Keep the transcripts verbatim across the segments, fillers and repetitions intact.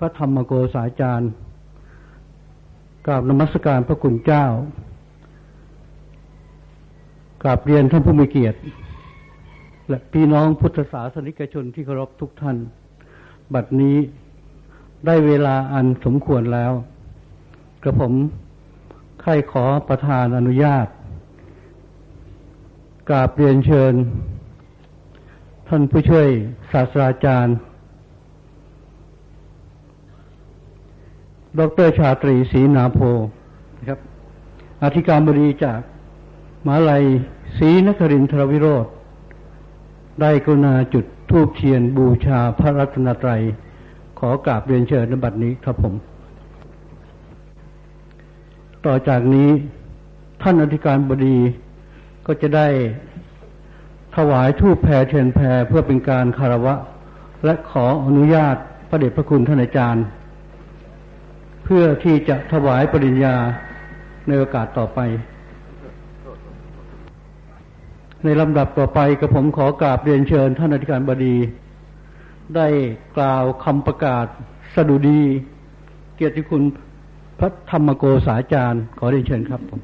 ระธรรมโกษาจารย์กราบนมัสการพระคุณเจ้ากราบเรียนท่านผู้มีเกียรติและพี่น้องพุทธศาสนิกชนที่เคารพทุกท่านบัดนี้ได้เวลาอันสมควรแล้วกระผมใคร่ขอประทานอนุญาตกราบเรียนเชิญท่านผู้ช่วยศาสตราจารย์ดร.ชาตรีศรีนาโพนะครับอธิการบดีจากมหาวิทยาลัยศรีนครินทรวิโรธได้กรุณาจุดธูปเทียนบูชาพระรัตนตรัยขอกราบเรียนเชิญณบัดนี้ครับผมต่อจากนี้ท่านอธิการบดีก็จะได้ถวายธูปแผ่เทียนแผ่เพื่อเป็นการคารวะและขออนุญาตพระเดชพระคุณท่านอาจารย์เพื่อที่จะถวายปริญญาในโอกาสต่อไปในลำดับต่อไปกระผมขอกราบเรียนเชิญท่านอธิการบดีได้กล่าวคำประกาศสดุดีเกียรติคุณพระธรรมโกษาจารย์ขอเรียนเชิญครับผม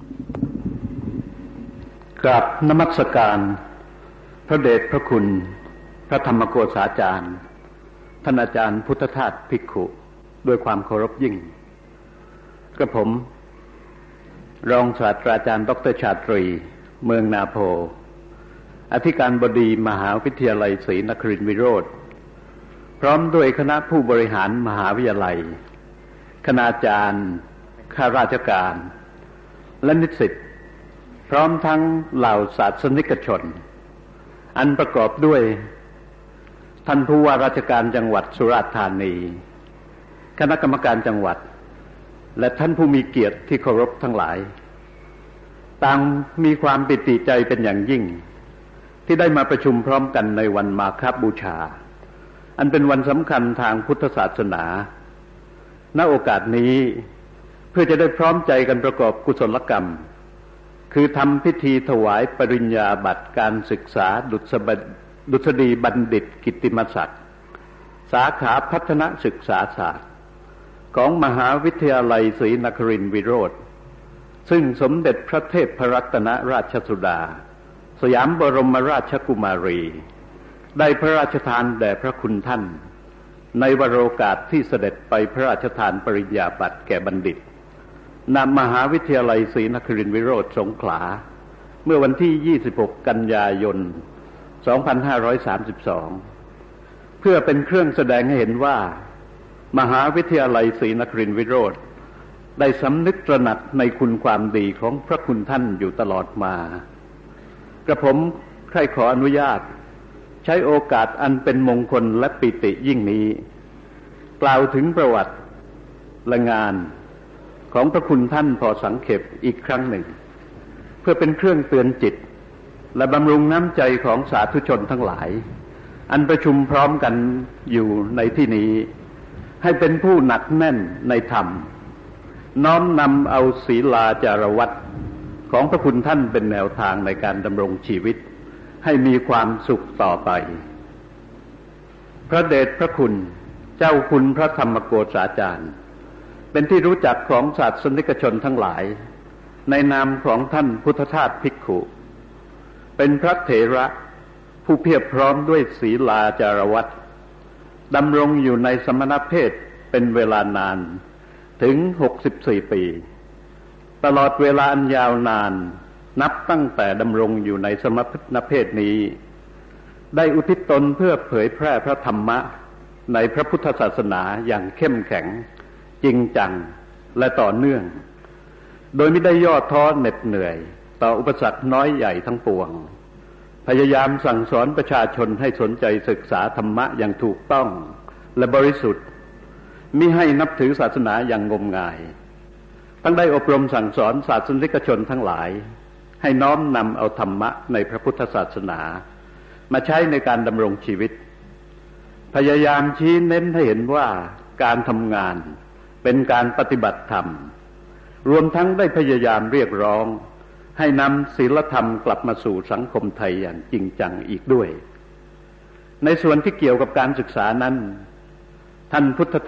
กราบนมัสการพระเดชพระคุณพระธรรมโกษาจารย์ท่านอาจารย์พุทธทาสภิกขุด้วยความเคารพยิ่งกระผมรองศาสตราจารย์ดร.ชาตรีเมืองนาโพอธิการบดีมหาวิทยาลัยศรีนครินทรวิโรธพร้อมด้วยคณะผู้บริหารมหาวิทยาลัยคณาจารย์ข้าราชการและนิสิตพร้อมทั้งเหล่าศาสนิกชนอันประกอบด้วยท่านผู้ว่าราชการจังหวัดสุราษฎร์ธานีคณะกรรมการจังหวัดและท่านผู้มีเกียรติที่เคารพทั้งหลายต่างมีความปิติใจเป็นอย่างยิ่งที่ได้มาประชุมพร้อมกันในวันมาฆบูชาอันเป็นวันสำคัญทางพุทธศาสนาณโอกาสนี้เพื่อจะได้พร้อมใจกันประกอบกุศลกรรมคือทำพิธีถวายปริญญาบัตรการศึกษาดุษฎีบัณฑิตกิตติมศักดิ์สาขาพัฒนศึกษาศาสตร์ของมหาวิทยาลัยศรีนครินทรวิโรธซึ่งสมเด็จพระเทพรัตนราชสุดาสยามบรมราชกุมารีได้พระราชทานแด่พระคุณท่านในวโรกาสที่เสด็จไปพระราชทานปริญญาบัตรแก่บัณฑิตณมหาวิทยาลัยศรีนครินทรวิโรธสงขลาเมื่อวันที่ยี่สิบหกกันยายนสองพันห้าร้อยสามสิบสองเพื่อเป็นเครื่องแสดงให้เห็นว่ามหาวิทยาลัยศรีนครินทรวิโรธได้สำนึกตระหนักในคุณความดีของพระคุณท่านอยู่ตลอดมากระผมใคร่ขออนุญาตใช้โอกาสอันเป็นมงคลและปิติยิ่งนี้กล่าวถึงประวัติและงานของพระคุณท่านพอสังเขปอีกครั้งหนึ่งเพื่อเป็นเครื่องเตือนจิตและบำรุงน้ำใจของสาธุชนทั้งหลายอันประชุมพร้อมกันอยู่ในที่นี้ให้เป็นผู้หนักแน่นในธรรมน้อมนำเอาศีลาจารวัตรของพระคุณท่านเป็นแนวทางในการดำรงชีวิตให้มีความสุขต่อไปพระเดชพระคุณเจ้าคุณพระธรรมโกษาจารย์เป็นที่รู้จักของศาสนิกชนทั้งหลายในนามของท่านพุทธทาสภิกขุเป็นพระเถระผู้เพียบพร้อมด้วยศีลาจารวัตรดำรงอยู่ในสมณเพศเป็นเวลานานถึงหกสิบสี่ปีตลอดเวลาอันยาวนานนับตั้งแต่ดำรงอยู่ในสมณเพศนี้ได้อุทิศตนเพื่อเผยแพร่พระธรรมะในพระพุทธศาสนาอย่างเข้มแข็งจริงจังและต่อเนื่องโดยไม่ได้ย่อท้อเหน็ดเหนื่อยต่ออุปสรรคน้อยใหญ่ทั้งปวงพยายามสั่งสอนประชาชนให้สนใจศึกษาธรรมะอย่างถูกต้องและบริสุทธิ์มิให้นับถือศาสนาอย่างงมงายทั้งได้อบรมสั่งสอนศาสนิกชนทั้งหลายให้น้อมนำเอาธรรมะในพระพุทธศาสนามาใช้ในการดำรงชีวิตพยายามชี้เน้นให้เห็นว่าการทำงานเป็นการปฏิบัติธรรมรวมทั้งได้พยายามเรียกร้องให้นำศีลธรรมกลับมาสู่สังคมไทยอย่างจริงจังอีกด้วยในส่วนที่เกี่ยวกับการศึกษานั้นท่านพุทธทาส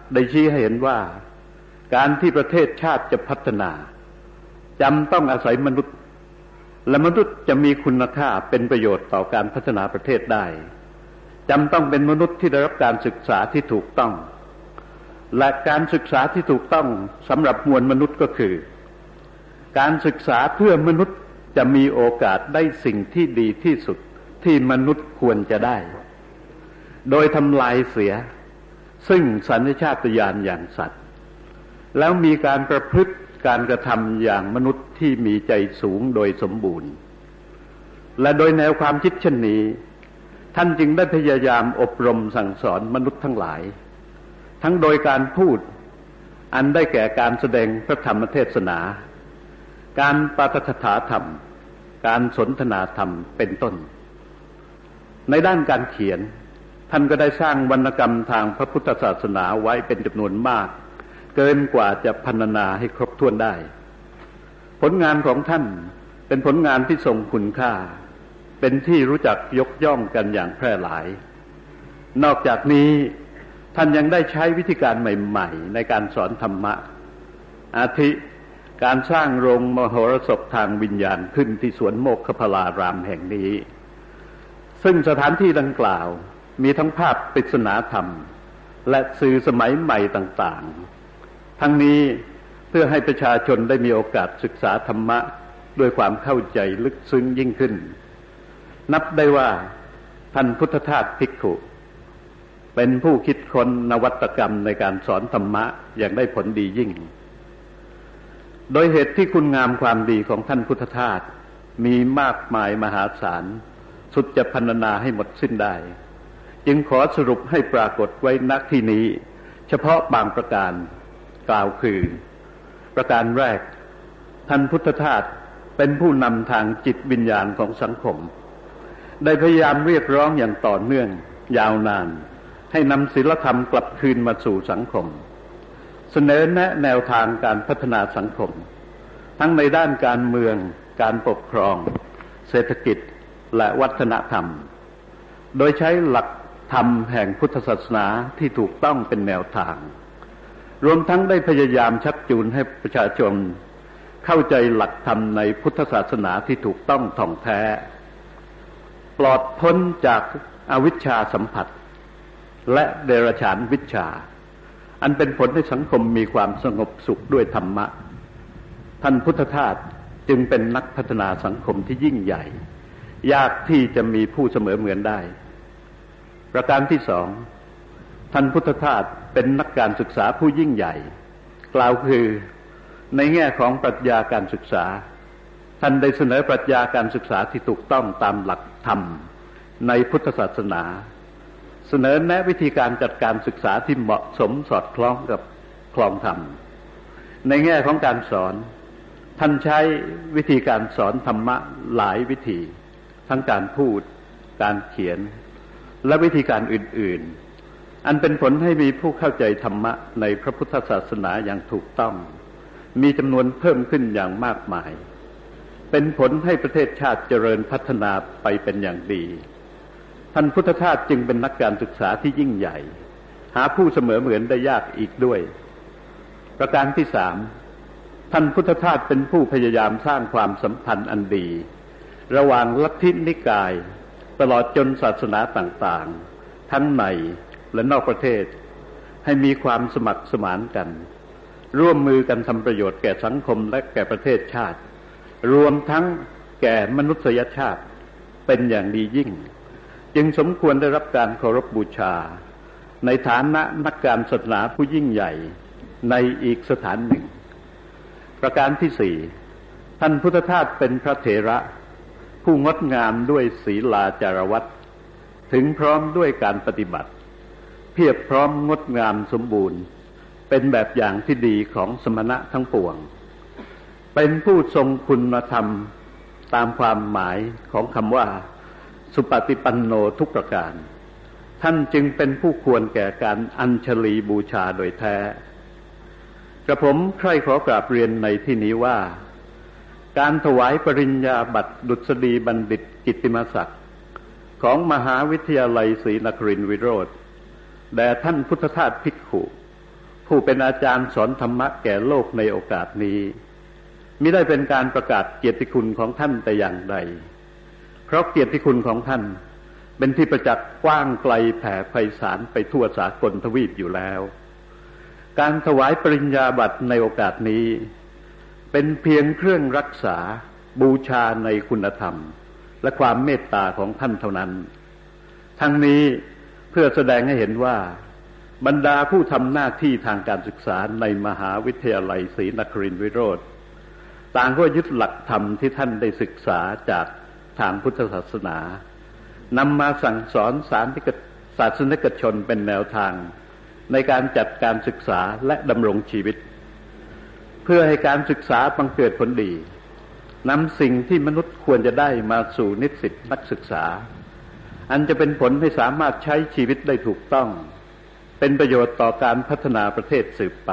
ได้ชี้ให้เห็นว่าการที่ประเทศชาติจะพัฒนาจำต้องอาศัยมนุษย์และมนุษย์จะมีคุณค่าเป็นประโยชน์ต่อการพัฒนาประเทศได้จำต้องเป็นมนุษย์ที่ได้รับการศึกษาที่ถูกต้องและการศึกษาที่ถูกต้องสำหรับมวลมนุษย์ก็คือการศึกษาเพื่อมนุษย์จะมีโอกาสได้สิ่งที่ดีที่สุดที่มนุษย์ควรจะได้โดยทำลายเสียซึ่งสัญชาตญาณอย่างสัตว์แล้วมีการประพฤติการกระทำอย่างมนุษย์ที่มีใจสูงโดยสมบูรณ์และโดยแนวความคิดเช่นนี้ท่านจึงได้พยายามอบรมสั่งสอนมนุษย์ทั้งหลายทั้งโดยการพูดอันได้แก่การแสดงพระธรรมเทศนาการปาฐกถาธรรมการสนทนาธรรมเป็นต้นในด้านการเขียนท่านก็ได้สร้างวรรณกรรมทางพระพุทธศาสนาไว้เป็นจำนวนมากเกินกว่าจะพรรณนาให้ครบถ้วนได้ผลงานของท่านเป็นผลงานที่ทรงคุณค่าเป็นที่รู้จักยกย่องกันอย่างแพร่หลายนอกจากนี้ท่านยังได้ใช้วิธีการใหม่ๆในการสอนธรรมะอาทิการสร้างโรงมโหรสพทางวิญญาณขึ้นที่สวนโมกขพลารามแห่งนี้ซึ่งสถานที่ดังกล่าวมีทั้งภาพปริศนาธรรมและสื่อสมัยใหม่ต่างๆทั้งนี้เพื่อให้ประชาชนได้มีโอกาสศึกษาธรรมะด้วยความเข้าใจลึกซึ้งยิ่งขึ้นนับได้ว่าท่านพุทธทาสภิกขุเป็นผู้คิดค้นนวัตกรรมในการสอนธรรมะอย่างได้ผลดียิ่งโดยเหตุที่คุณงามความดีของท่านพุทธทาสมีมากมายมหาศาลสุดจะพรรณนาให้หมดสิ้นได้จึงขอสรุปให้ปรากฏไว้ณที่นี้เฉพาะบางประการกล่าวคือประการแรกท่านพุทธทาสเป็นผู้นำทางจิตวิญญาณของสังคมได้พยายามเรียกร้องอย่างต่อเนื่องยาวนานให้นำศีลธรรมกลับคืนมาสู่สังคมเสนอแนะแนวทางการพัฒนาสังคมทั้งในด้านการเมืองการปกครองเศรษฐกิจและวัฒนธรรมโดยใช้หลักธรรมแห่งพุทธศาสนาที่ถูกต้องเป็นแนวทางรวมทั้งได้พยายามชักจูงให้ประชาชนเข้าใจหลักธรรมในพุทธศาสนาที่ถูกต้องท่องแท้ปลอดพ้นจากอวิชชาสัมผัสและเดรัจฉานวิชชาอันเป็นผลให้สังคมมีความสงบสุขด้วยธรรมะท่านพุทธทาสจึงเป็นนักพัฒนาสังคมที่ยิ่งใหญ่ยากที่จะมีผู้เสมอเหมือนได้ประการที่สองท่านพุทธทาสเป็นนักการศึกษาผู้ยิ่งใหญ่กล่าวคือในแง่ของปรัชญาการศึกษาท่านได้เสนอปรัชญาการศึกษาที่ถูกต้องตามหลักธรรมในพุทธศาสนาเสนอแนะวิธีการจัดการศึกษาที่เหมาะสมสอดคล้องกับคลองธรรมในแง่ของการสอนท่านใช้วิธีการสอนธรรมะหลายวิธีทั้งการพูดการเขียนและวิธีการอื่นๆอันเป็นผลให้มีผู้เข้าใจธรรมะในพระพุทธศาสนาอย่างถูกต้องมีจำนวนเพิ่มขึ้นอย่างมากมายเป็นผลให้ประเทศชาติเจริญพัฒนาไปเป็นอย่างดีท่านพุทธทาสจึงเป็นนักการศึกษาที่ยิ่งใหญ่หาผู้เสมอเหมือนได้ยากอีกด้วยประการที่สามท่านพุทธทาสเป็นผู้พยายามสร้างความสัมพันธ์อันดีระหว่างลัทธินิกายตลอดจนศาสนาต่างๆทั้งในและนอกประเทศให้มีความสมัครสมานกันร่วมมือกันทำประโยชน์แก่สังคมและแก่ประเทศชาติรวมทั้งแก่มนุษยชาติเป็นอย่างดียิ่งจึงสมควรได้รับการเคารพบูชาในฐานะนักการศาสนาผู้ยิ่งใหญ่ในอีกสถานหนึ่งประการที่สี่ท่านพุทธทาสเป็นพระเถระผู้งดงามด้วยศีลาจารวัตรถึงพร้อมด้วยการปฏิบัติเพียบพร้อมงดงามสมบูรณ์เป็นแบบอย่างที่ดีของสมณะทั้งปวงเป็นผู้ทรงคุณธรรมตามความหมายของคำว่าสุปฏิปันโนทุกประการท่านจึงเป็นผู้ควรแก่การอัญชลีบูชาโดยแท้กระผมใคร่ขอกราบเรียนในที่นี้ว่าการถวายปริญญาบัตรดุษฎีบัณฑิตกิตติมศักดิ์ของมหาวิทยาลัยศรีนครินทรวิโรธแด่ท่านพุทธทาสภิกขุผู้เป็นอาจารย์สอนธรรมะแก่โลกในโอกาสนี้มิได้เป็นการประกาศเกียรติคุณของท่านแต่อย่างใดเพราะเกียรติคุณของท่านเป็นที่ประจักษ์กว้างไกลแผ่ไพศาลไปทั่วสากลทวีปอยู่แล้วการถวายปริญญาบัตรในโอกาสนี้เป็นเพียงเครื่องรักษาบูชาในคุณธรรมและความเมตตาของท่านเท่านั้นทั้งนี้เพื่อแสดงให้เห็นว่าบรรดาผู้ทำหน้าที่ทางการศึกษาในมหาวิทยาลัยศรีนครินทรวิโรธต่างก็ยึดหลักธรรมที่ท่านได้ศึกษาจากทางพุทธศาสนานำมาสั่งสอนศาสนิกชนเป็นแนวทางในการจัดการศึกษาและดำรงชีวิตเพื่อให้การศึกษาบังเกิดผลดีนำสิ่งที่มนุษย์ควรจะได้มาสู่นิสิตนักศึกษาอันจะเป็นผลให้สามารถใช้ชีวิตได้ถูกต้องเป็นประโยชน์ต่อการพัฒนาประเทศสืบไป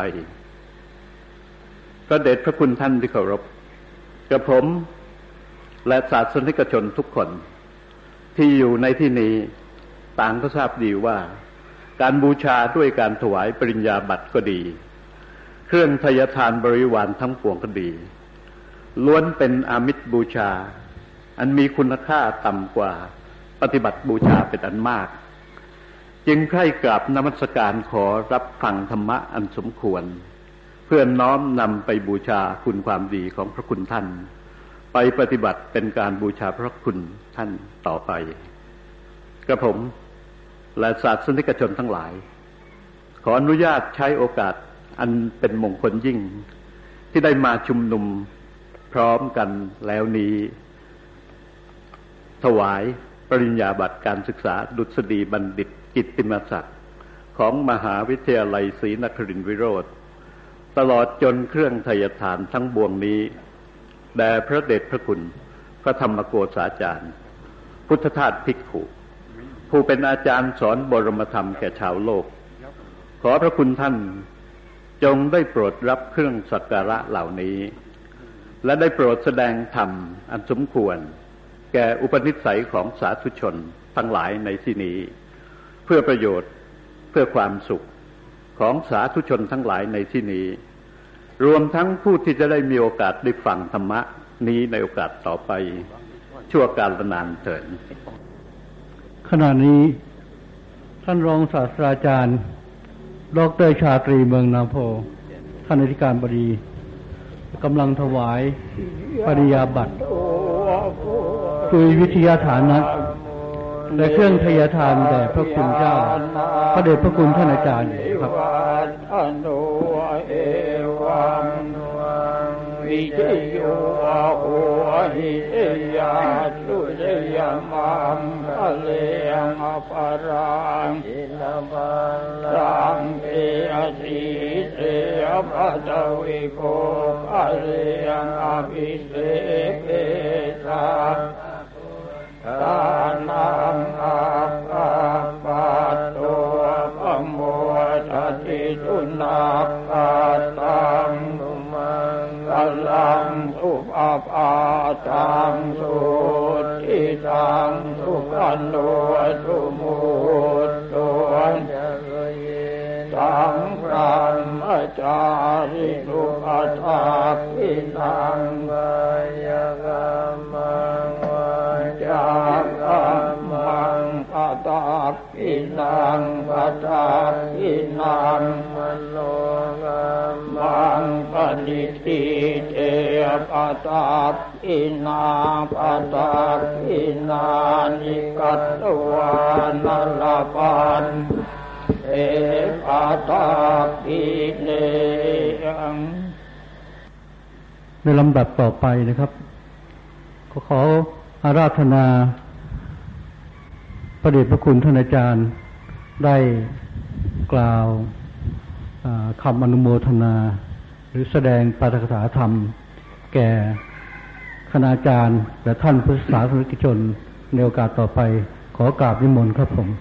พระเดชพระคุณท่านที่เคารพกระผมและศาสนิกชนทุกคนที่อยู่ในที่นี้ต่างก็ทราบดีว่าการบูชาด้วยการถวายปริญญาบัตรก็ดีเครื่องทายทานบริวารทั้งปวงก็ดีล้วนเป็นอามิสบูชาอันมีคุณค่าต่ำกว่าปฏิบัติบูชาเป็นอันมากจึงใคร่กราบนมัสการขอรับฟังธรรมะอันสมควรเพื่อน้อมนำไปบูชาคุณความดีของพระคุณท่านไปปฏิบัติเป็นการบูชาพระคุณท่านต่อไปกระผมและศาสนิกชนทั้งหลายขออนุญาตใช้โอกาสอันเป็นมงคลยิ่งที่ได้มาชุมนุมพร้อมกันแล้วนี้ถวายปริญญาบัตรการศึกษาดุษฎีบัณฑิตกิตติมศักดิ์ของมหาวิทยาลัยศรีนครินทรวิโรธตลอดจนเครื่องไทยทานทั้งบวงนี้แด่พระเดชพระคุณพระธรรมโกษาจารย์พุทธทาสภิกขุผู้เป็นอาจารย์สอนบรมธรรมแก่ชาวโลกขอพระคุณท่านจงได้โปรดรับเครื่องสักการะเหล่านี้และได้โปรดแสดงธรรมอันสมควรแก่อุปนิสัยของสาธุชนทั้งหลายในที่นี้เพื่อประโยชน์เพื่อความสุขของสาธุชนทั้งหลายในที่นี้รวมทั้งผู้ที่จะได้มีโอกาสได้ฟังธรรมะนี้ในโอกาสต่อไปชั่วกาลนานเถิดขณะนี้ท่านรองศาสตราจารย์ดร.ชาตรีเมืองนาโพท่านอธิการบดีกำลังถวายปริญญาบัตรด้วยวิทยาฐานะและเครื่องทยทานแด่พระคุณเจ้าพระเดชพระคุณท่านอาจารย์ครับวิเจโยโหหิยาสุเยยมัมภะเลงอปารังอินาบัลลังเอสีเสยปัตวิโกภะเลงอภิเสเกสาทานังอาภาปัตโตปโมทัตติสุนัขตังนุมังกัลลังสุภาปาตังสุทิตังสุขันโนสุมุตโตสังพรามจาริสุปัฏฐาคินังวายกรรมังวายากรรมังปัฏฐาคินังปัฏฐาคินังมโนกรรมังปณิทิเตปัฏฐาคินาปัฏฐาคินานิกัตตวานลปันเอปัฏฐาคิเนงในลำดับต่อไปนะครับก็ขออาราธนาพระเดชพระคุณท่านอาจารย์ได้กล่าวคำอนุโมทนาหรือแสดงปาฐกถาธรรมแก่คณาจารย์และท่านพุทธศาสนิกชนในโอกาสต่อไปขอกราบนิมนต์ครับผม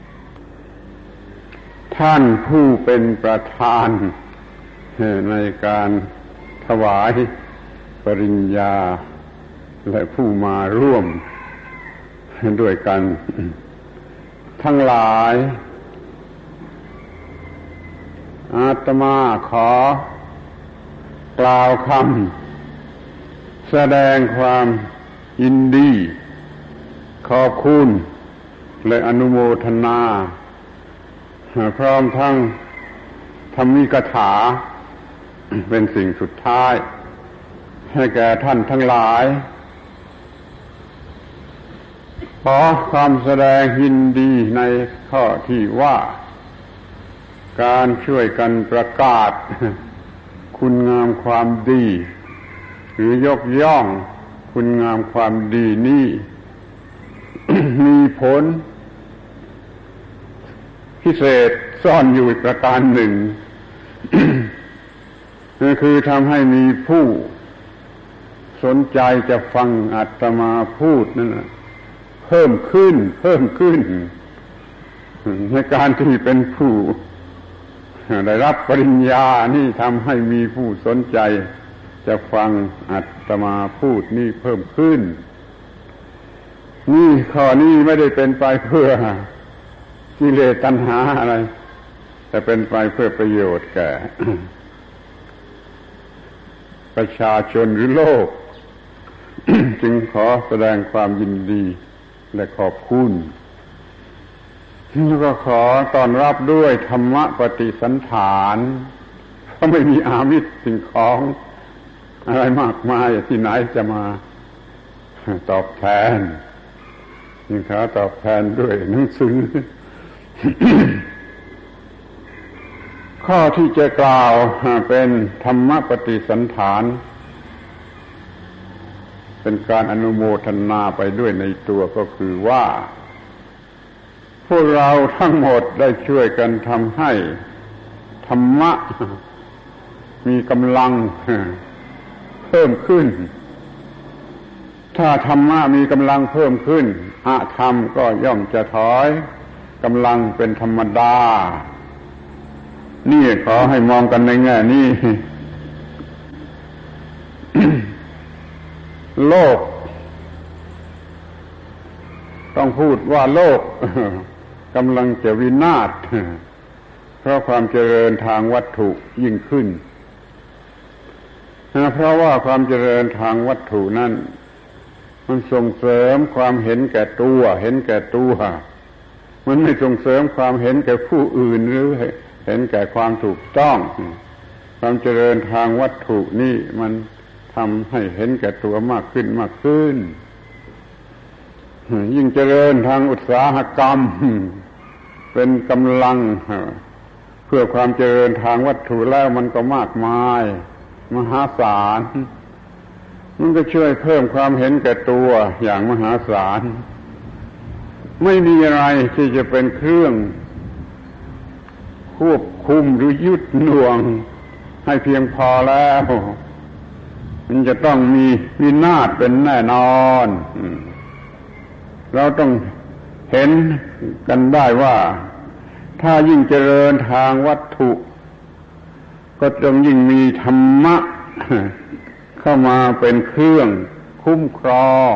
ท่านผู้เป็นประธานในการถวายปริญญาและผู้มาร่วมด้วยกันทั้งหลายอาตมาขอกล่าวคำแสดงความยินดีขอบคุณและอนุโมทนาพร้อมทั้งธรรมิกถาเป็นสิ่งสุดท้ายให้แก่ท่านทั้งหลายขอความแสดงยินดีในข้อที่ว่าการช่วยกันประกาศคุณงามความดีหรือยกย่องคุณงามความดีนี้ มีผลพิเศษซ่อนอยู่ประการหนึ่ง คือทำให้มีผู้สนใจจะฟังอาตมาพูดนั่นเพิ่มขึ้นเพิ่มขึ้นในการที่เป็นผู้ได้รับปริญญานี่ทำให้มีผู้สนใจจะฟังอาตมาพูดนี่เพิ่มขึ้นนี่ข้อนี้ไม่ได้เป็นไปเพื่อกิเลสตัณหาอะไรแต่เป็นไปเพื่อประโยชน์แก่ ประชาชนหรือโลก จึงขอแสดงความยินดีและขอบคุณแล้วก็ขอต้อนรับด้วยธรรมปฏิสันถานเพราะไม่มีอามิสสิ่งของอะไรมากมายที่ไหนจะมาตอบแทนยิ่งขอตอบแทนด้วยหนังสือ ข้อที่จะกล่าวเป็นธรรมปฏิสันถานเป็นการอนุโมทนาไปด้วยในตัวก็คือว่าพวกเราทั้งหมดได้ช่วยกันทำให้ธรรมะมีกำลังเพิ่มขึ้นถ้าธรรมะมีกำลังเพิ่มขึ้นอธรรมก็ย่อมจะถอยกำลังเป็นธรรมดานี่ขอให้มองกันในแง่นี้ โลกต้องพูดว่าโลกกำลังจะวินาศเพราะความเจริญทางวัตถุยิ่งขึ้นเพราะว่าความเจริญทางวัตถุนั้นมันส่งเสริมความเห็นแก่ตัวเห็นแก่ตัวมันไม่ส่งเสริมความเห็นแก่ผู้อื่นหรือเห็นแก่ความถูกต้องความเจริญทางวัตถุนี่มันทำให้เห็นแก่ตัวมากขึ้นมากขึ้นยิ่งเจริญทางอุตสาหกรรมเป็นกำลังเพื่อความเจริญทางวัตถุแล้วมันก็มากมายมหาศาลมันก็ช่วยเพิ่มความเห็นแก่ตัวอย่างมหาศาลไม่มีอะไรที่จะเป็นเครื่องควบคุมหรือยึดหน่วงให้เพียงพอแล้วมันจะต้องมีวินาศเป็นแน่นอนเราต้องเห็นกันได้ว่าถ้ายิ่งเจริญทางวัตถุก็ต้องยิ่งมีธรรมะเข้ามาเป็นเครื่องคุ้มครอง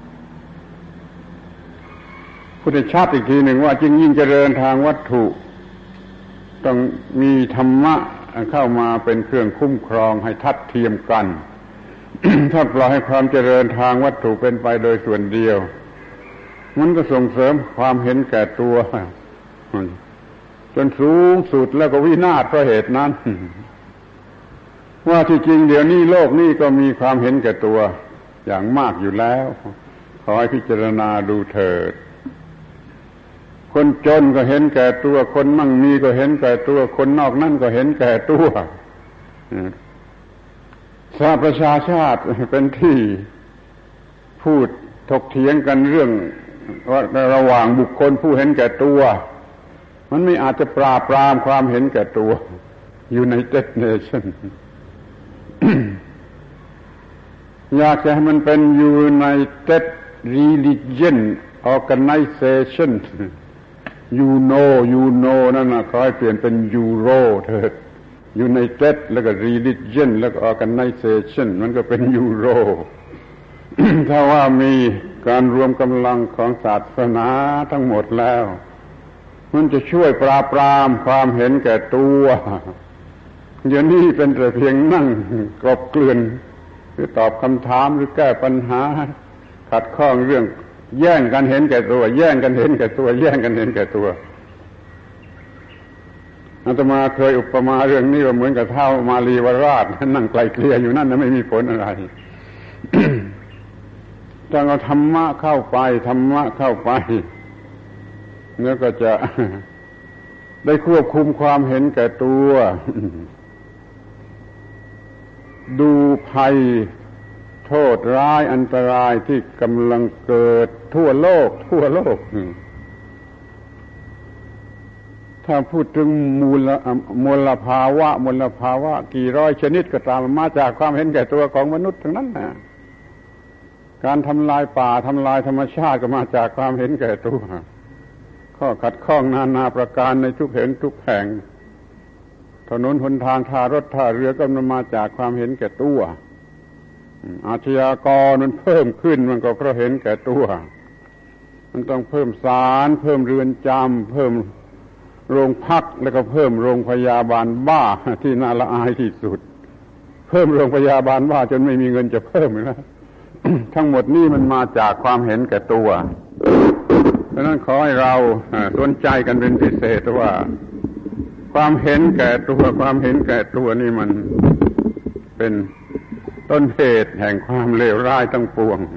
พุทธชาติอีกทีหนึ่งว่าจึงยิ่งเจริญทางวัตถุต้องมีธรรมะเข้ามาเป็นเครื่องคุ้มครองให้ทัดเทียมกัน ถ้าปล่อยให้ความเจริญทางวัตถุเป็นไปโดยส่วนเดียวมันก็ส่งเสริมความเห็นแก่ตัวจนสูงสุดแล้วก็วินาศเพราะเหตุนั้นว่าที่จริงเดี๋ยวนี้โลกนี้ก็มีความเห็นแก่ตัวอย่างมากอยู่แล้วขอให้พิจารณาดูเถิดคนจนก็เห็นแก่ตัวคนมั่งมีก็เห็นแก่ตัวคนนอกนั่นก็เห็นแก่ตัวสหประชาชาติเป็นที่พูดถกเถียงกันเรื่องว่าระหว่างบุคคลผู้เห็นแก่ตัวมันไม่อาจจะปราบปรามความเห็นแก่ตัว United Nation อยากจะให้มันเป็น United Religion Organization you know you know นั่นนะขอให้เปลี่ยนเป็น Euro เถิด United แล้วก็ Religion แล้วก็ Organization มันก็เป็น Euro ถ้าว่ามีการรวมกำลังของศาสนาทั้งหมดแล้วมันจะช่วยปราบปรามความเห็นแก่ตัวเดี๋ยวนี้เป็นแต่เพียงนั่งกลบเกลื่อนหรือตอบคำถามหรือแก้ปัญหาขัดข้องเรื่องแย่งกันเห็นแก่ตัวแย่งกันเห็นแก่ตัวแย่งกันเห็นแก่ตัวอาตมาเคยอุปมาเรื่องนี้ว่าเหมือนกับเท้ามาลีวราชนั่งไกลเกลี่ยอยู่นั่นนะไม่มีผลอะไร ถ้าเอาธรรมะเข้าไปธรรมะเข้าไปเนี่ยก็จะได้ควบคุมความเห็นแก่ตัว ดูภัยโทษร้ายอันตรายที่กำลังเกิดทั่วโลกทั่วโลกถ้าพูดถึงมูลมลภาวะมลภาวะกี่ร้อยชนิดก็ตามมาจากความเห็นแก่ตัวของมนุษย์ทั้งนั้นนะการทำลายป่าทำลายธรรมชาติก็มาจากความเห็นแก่ตัวข้อขัดข้องนานาประการในทุกเห็นทุกแห่งถนนหนทางท่ารถท่าเรือก็มาจากความเห็นแก่ตัวอาชญากรมันเพิ่มขึ้นมันก็เพราะเห็นแก่ตัวมันต้องเพิ่มศาลเพิ่มเรือนจำเพิ่มโรงพักแล้วก็เพิ่มโรงพยาบาลบ้าที่น่าละอายที่สุดเพิ่มโรงพยาบาลบ้าจนไม่มีเงินจะเพิ่มแล้ว ทั้งหมดนี่มันมาจากความเห็นแก่ตัวเพราะนั้นขอให้เราสนใจกันเป็นพิเศษว่าความเห็นแก่ตัวความเห็นแก่ตัวนี่มันเป็นต้นเหตุแห่งความเลวร้ายทั้งปวง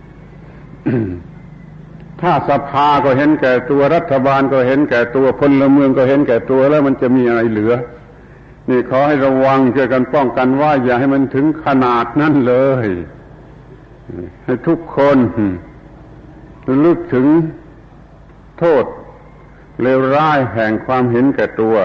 ถ้าสภาก็เห็นแก่ตัวรัฐบาลก็เห็นแก่ตัวพลเมืองก็เห็นแก่ตัวแล้วมันจะมีอะไรเหลือนี่ขอให้ระวังช่วยกันป้องกันว่าอย่าให้มันถึงขนาดนั้นเลยให้ทุกคนระลึกถึงโทษเลวร้ายแห่งความเห็นแก่ตัว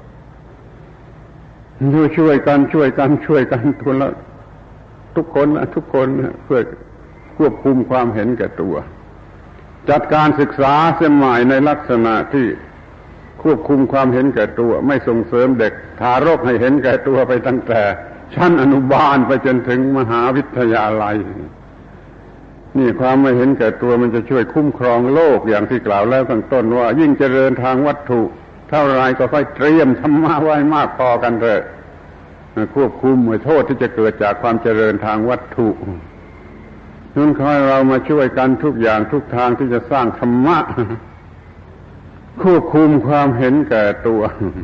ช่วยกันช่วยกันช่วยกันทุกคนละทุกคนทุกคนเพื่อควบคุมความเห็นแก่ตัวจัดการศึกษาเสียใหม่ในลักษณะที่ควบคุมความเห็นแก่ตัวไม่ส่งเสริมเด็กทารกให้เห็นแก่ตัวไปตั้งแต่ชั้นอนุบาลไปจนถึงมหาวิทยาลัยนี่ความไม่เห็นแก่ตัวมันจะช่วยคุ้มครองโลกอย่างที่กล่าวแล้วตั้งต้นว่ายิ่งเจริญทางวัตถุเท่าไรก็ค่อยเตรียมธรรมะไว้มากพอกันเถอะควบคุมโทษที่จะเกิดจากความเจริญทางวัตถุนั้นขอให้เรามาช่วยกันทุกอย่างทุกทางที่จะสร้างธรรมะควบคุมความเห็นแก่ตัว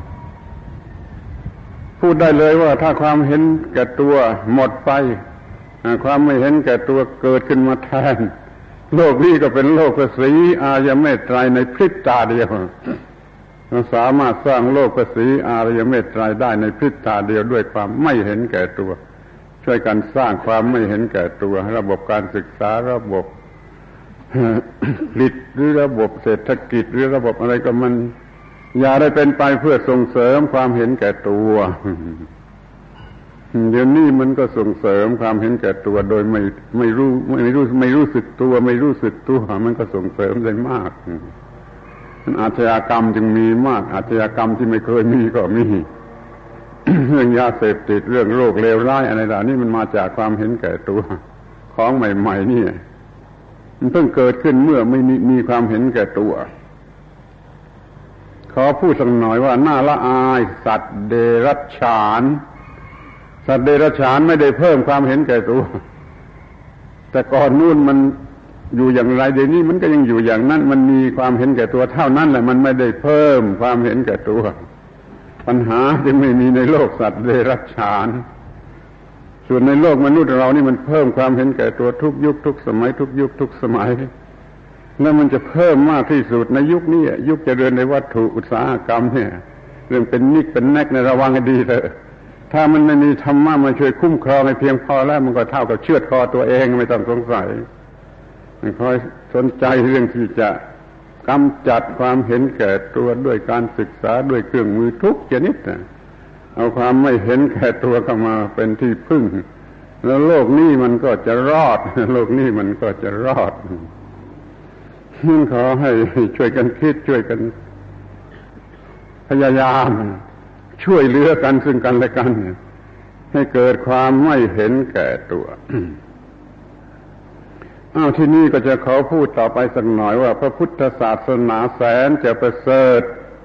พูดได้เลยว่าถ้าความเห็นแก่ตัวหมดไปความไม่เห็นแก่ตัวเกิดขึ้นมาแทนโลกนี้ก็เป็นโลกภาษีอารยเมตไตรในพริบตาเดียวเราสามารถสร้างโลกภาษีอารยเมตไตรได้ในพริบตาเดียวด้วยความไม่เห็นแก่ตัวช่วยกันสร้างความไม่เห็นแก่ตัวระบบการศึกษาระบบผลิตหรือระบบเศรษฐกิจหรือระบบอะไรก็มันอย่าได้เป็นไปเพื่อส่งเสริมความเห็นแก่ตัวเดี๋ยวนี้มันก็ส่งเสริมความเห็นแก่ตัวโดยไม่ไม่รู้ไม่รู้ไม่รู้สึกตัวไม่รู้สึกตัวมันก็ส่งเสริมได้มากอาชญากรรมจึงมีมากอาชญากรรมที่ไม่เคยมีก็มี เรื่องยาเสพติดเรื่องโรคเลวร้ายอะไรเหล่านี้มันมาจากความเห็นแก่ตัวของใหม่ๆนี่มันเพิ่งเกิดขึ้นเมื่อไม่มีมีความเห็นแก่ตัวขอพูดสักหน่อยว่าน่าละอายสัตว์เดรัจฉานสัตว์เดรัจฉานไม่ได้เพิ่มความเห็นแก่ตัวแต่ก่อนนู่นมันอยู่อย่างไรเดี๋ยวนี้มันก็ยังอยู่อย่างนั้นมันมีความเห็นแก่ตัวเท่านั้นแหละมันไม่ได้เพิ่มความเห็นแก่ตัวปัญหาจึงไม่มีในโลกสัตว์เดรัจฉานส่วนในโลกมนุษย์เรานี่มันเพิ่มความเห็นแก่ตัวทุกยุคทุกสมัยทุกยุคทุกสมัยแล้วมันจะเพิ่มมากที่สุดในยุคนี้ยุคเจริญในวัตถุอุตสาหกรรมเนี่ยเรื่องเป็นนิกเป็นแนกในระวังให้ดีเถอะถ้ามันไม่มีธรรมะมาช่วยคุ้มครองให้เพียงพอแล้วมันก็เท่ากับเชือดคอตัวเองไม่ต้องสงสัยคอยสนใจเรื่องที่จะกำจัดความเห็นแก่ตัวด้วยการศึกษาด้วยเครื่องมือทุกชนิดเอาความไม่เห็นแก่ตัวเข้ามาเป็นที่พึ่งแล้วโลกนี้มันก็จะรอดโลกนี้มันก็จะรอดขอให้ช่วยกันคิดช่วยกันพยายามช่วยเหลือกันซึ่งกันและกันให้เกิดความไม่เห็นแก่ตัวอ้าวที่นี่ก็จะขอพูดต่อไปสักหน่อยว่าพระพุทธศาสนาแสนจะประเสริฐ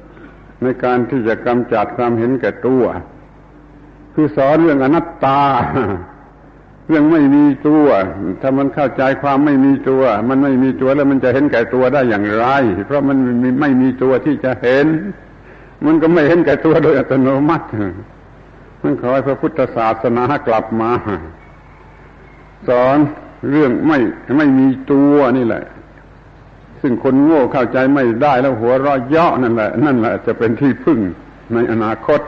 ในการที่จะกำจัดความเห็นแก่ตัวคือสอนเรื่องอนัตตาเรื่องไม่มีตัวถ้ามันเข้าใจความไม่มีตัวมันไม่มีตัวแล้วมันจะเห็นแก่ตัวได้อย่างไรเพราะมันไม่มีตัวที่จะเห็นมันก็ไม่เห็นแก่ตัวโดยอัตโนมัติมันขอให้พระพุทธศาสนากลับมาสอนเรื่องไม่ไม่มีตัวนี่แหละซึ่งคนโง่เข้าใจไม่ได้แล้วหัวเราะเยาะนั่นแหละนั่นแหละจะเป็นที่พึ่งในอนาคต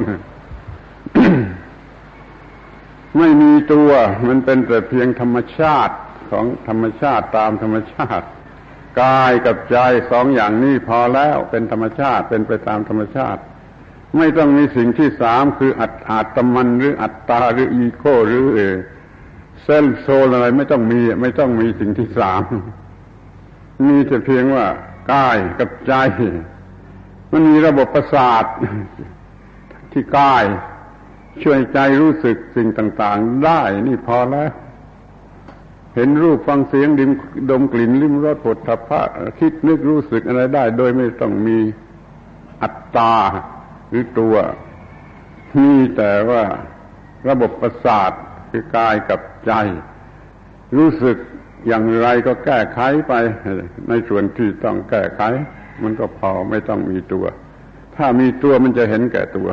ไม่มีตัวมันเป็นแต่เพียงธรรมชาติของธรรมชาติตามธรรมชาติกายกับใจสองอย่างนี้พอแล้วเป็นธรรมชาติเป็นไปตามธรรมชาติไม่ต้องมีสิ่งที่สามคืออัตอาตมันหรืออัตตาหรืออีโก้หรือเซลฟ์โซลอะไรไม่ต้องมีไม่ต้องมีสิ่งที่สามมีแต่เพียงว่ากายกับใจมันมีระบบประสาทที่กายช่วยใจรู้สึกสิ่งต่างๆได้นี่พอแล้วเห็นรูปฟังเสียงดมดมกลิ่นลิ้มรสโผฏฐัพพะคิดนึกรู้สึกอะไรได้โดยไม่ต้องมีอัตตาหรือตัวมีแต่ว่าระบบประสาทคือกายกับใจรู้สึกอย่างไรก็แก้ไขไปในส่วนที่ต้องแก้ไขมันก็พอไม่ต้องมีตัวถ้ามีตัวมันจะเห็นแก่ตัว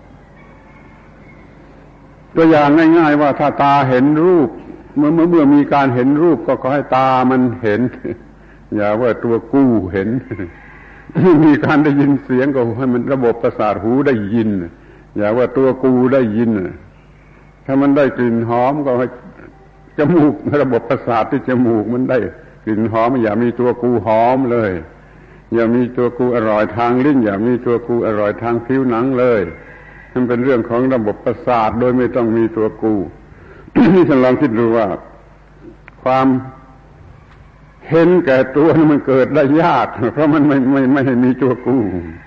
ตัวอย่างง่ายๆว่าถ้าตาเห็นรูปเมื่อเมื่อเมื่อมีการเห็นรูปก็ขอให้ตามันเห็นอย่าว่าตัวกู้เห็น มีการได้ยินเสียงก็ให้มันระบบประสาทหูได้ยินอย่าว่าตัวกูได้ยินถ้ามันได้กลิ่นหอมก็ให้จมูกระบบประสาทที่จมูกมันได้กลิ่นหอมอย่ามีตัวกูหอมเลยอย่ามีตัวกูอร่อยทางลิ้นอย่ามีตัวกูอร่อยทางผิวหนังเลยมันเป็นเรื่องของระบบประสาทโดยไม่ต้องมีตัวกู นี่ท่านลองคิดดูว่าความเห็นแก่ตัวมันเกิดได้ยากเพราะมันไม่ไม่ไม่ให้มีตัวกู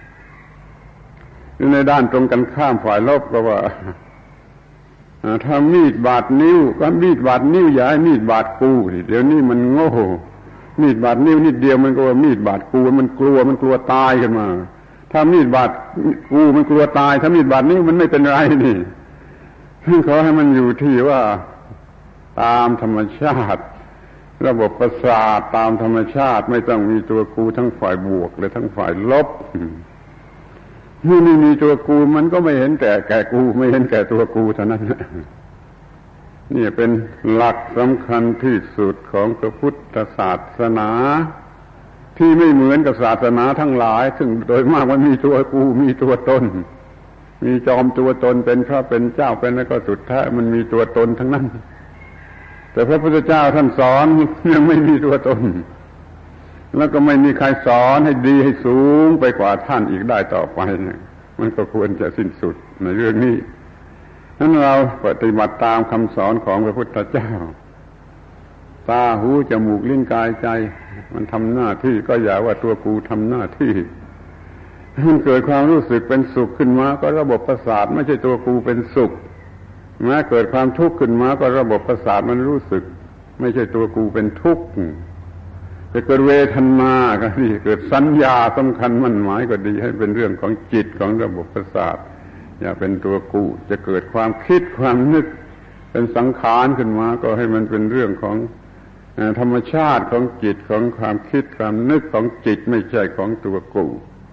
ในด้านตรงกันข้ามฝ่ายลบก็ว่าถ้ามีดบาดนิ้วก็มีดบาดนิ้วอย่าให้มีดบาดกูเดี๋ยวนี้มันโง่มีดบาดนิ้วนิดเดียวมันก็ว่ามีดบาดกูมันกลัวมันกลัวตายขึ้นมาถ้ามีดบาดกูมันกลัวตายถ้ามีดบาดนิ้วมันไม่เป็นไรนี่ขอให้มันอยู่ที่ว่าตามธรรมชาติระบบประสาทตามธรรมชาติไม่ต้องมีตัวกูทั้งฝ่ายบวกและทั้งฝ่ายลบเมื่อไม่มีตัวกูมันก็ไม่เห็นแต่แก่กูไม่เห็นแก่ตัวกูเท่านั้นนี่เป็นหลักสำคัญที่สุดของพระพุทธศาสนาที่ไม่เหมือนกับศาสนาทั้งหลายซึ่งโดยมากมันมีตัวกูมีตัวตนมีจอมตัวตนเป็นพระเป็นเจ้าเป็นแล้วก็สุดท้ายมันมีตัวตนทั้งนั้นแต่พระพุทธเจ้าท่านสอนยังไม่มีตัวตนแล้วก็ไม่มีใครสอนให้ดีให้สูงไปกว่าท่านอีกได้ต่อไปนะมันก็ควรจะสิ้นสุดในเรื่องนี้นั้นเราปฏิบัติตามคำสอนของพระพุทธเจ้าตาหูจมูกลิ้นกายใจมันทำหน้าที่ก็อย่าว่าตัวกูทำหน้าที่มันเกิดความรู้สึกเป็นสุขขึ้นมาก็ระบบประสาทไม่ใช่ตัวกูเป็นสุขแม้เกิดความทุกข์ขึ้นมาก็ระบบประสาทมันรู้สึกไม่ใช่ตัวกูเป็นทุกข์จะเกิดเวทนาก็ดีเกิดสัญญาสำคัญมั่นหมายก็ดีให้เป็นเรื่องของจิตของระบบประสาทอย่าเป็นตัวกูจะเกิดความคิดความนึกเป็นสังขารขึ้นมาก็ให้มันเป็นเรื่องของธรรมชาติของจิตของความคิดความนึกของจิตไม่ใช่ของตัวกู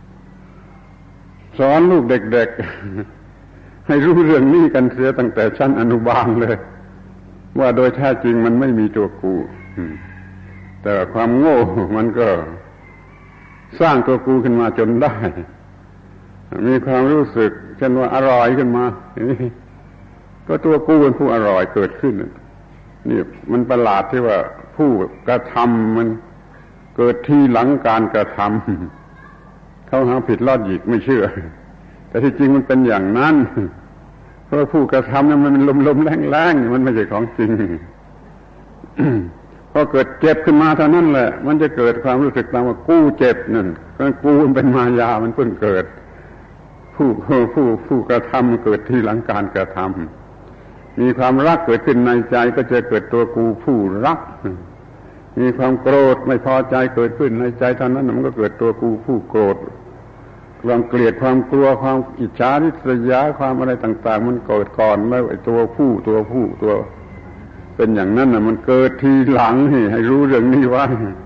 สอนลูกเด็กๆให้รู้เรื่องนี้กันเสียตั้งแต่ชั้นอนุบาลเลยว่าโดยแท้จริงมันไม่มีตัวกูแต่ความโง่มันก็สร้างตัวกูขึ้นมาจนได้มีความรู้สึกเช่นว่าอร่อยขึ้นมาก็ตัวกูเป็นผู้อร่อยเกิดขึ้นนี่มันประหลาดที่ว่าผู้กระทำมันเกิดที่หลังการกระทำเขาหาผิดลอดหยิกไม่เชื่อแต่ที่จริงมันเป็นอย่างนั้นเพราะผู้กระทำนั้นมันเป็นลมๆแรงๆมันไม่ใช่ของจริง พอเกิดเจ็บขึ้นมาเท่านั้นแหละมันจะเกิดความรู้สึกตามว่ากู้เจ็บนั่นก็กู้มันเป็นมายามันเพิ่งเกิดผู้ผู้ผู้กระทำเกิดที่หลังการกระทำมีความรักเกิดขึ้นในใจก็จะเกิดตัวกูผู้รักมีความโกรธไม่พอใจเกิดขึ้นในใจเท่านั้นมันก็เกิดตัวกูผู้โกรธความเกลียดความกลัวความอิจฉาริษยาความอะไรต่างๆมันเกิดก่อนแล้วไอ้ตัวผู้ตัวผู้ตัวเป็นอย่างนั้นน่ะมันเกิดทีหลังให้รู้เรื่องนี้ไว้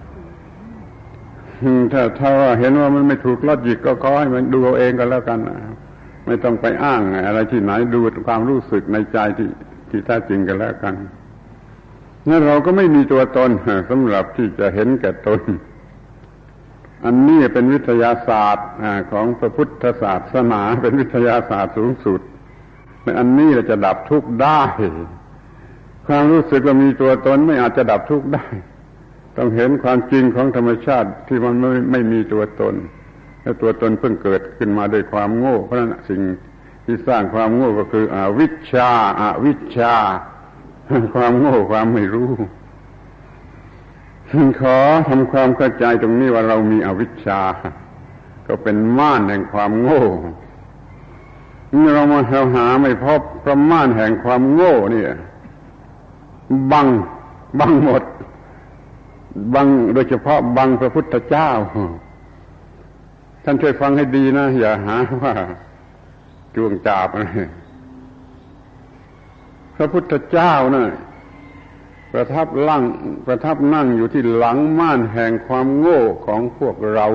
ถ้าถ้าว่าเห็นว่ามันไม่ถูกลอจิกก็ขอให้มันดูเอาเองก็แล้วกันไม่ต้องไปอ้างอะไรที่ไหนดูความรู้สึกในใจที่ที่แท้จริงกันแล้วกันนั่นเราก็ไม่มีตัวตนสำหรับที่จะเห็นแก่ตนอันนี้เป็นวิทยาศาสตร์ของพระพุทธศาสนาเป็นวิทยาศาสตร์สูงสุดในอันนี้เราจะดับทุกข์ได้ความรู้สึกว่ามีตัวตนไม่อาจจะดับทุกข์ได้ต้องเห็นความจริงของธรรมชาติที่มันไม่ไม่มีตัวตนและตัวตนเพิ่งเกิดขึ้นมาด้วยความโง่เพราะฉะนั้นสิ่งที่สร้างความโง่ก็คืออวิชชาอวิชชาความโง่ความไม่รู้ขอทำความเข้าใจตรงนี้ว่าเรามีอวิชชาก็เป็นม่านแห่งความโง่เมื่อเรามาหาไม่พบพระม่านแห่งความโง่เนี่ยบังบังหมดบังโดยเฉพาะบังพระพุทธเจ้าท่านช่วยฟังให้ดีนะอย่าหาว่าจวงจาบอะไรพระพุทธเจ้าน่ะประทับลั่งประทับนั่งอยู่ที่หลังม่านแห่งความโง่ของพวกเรา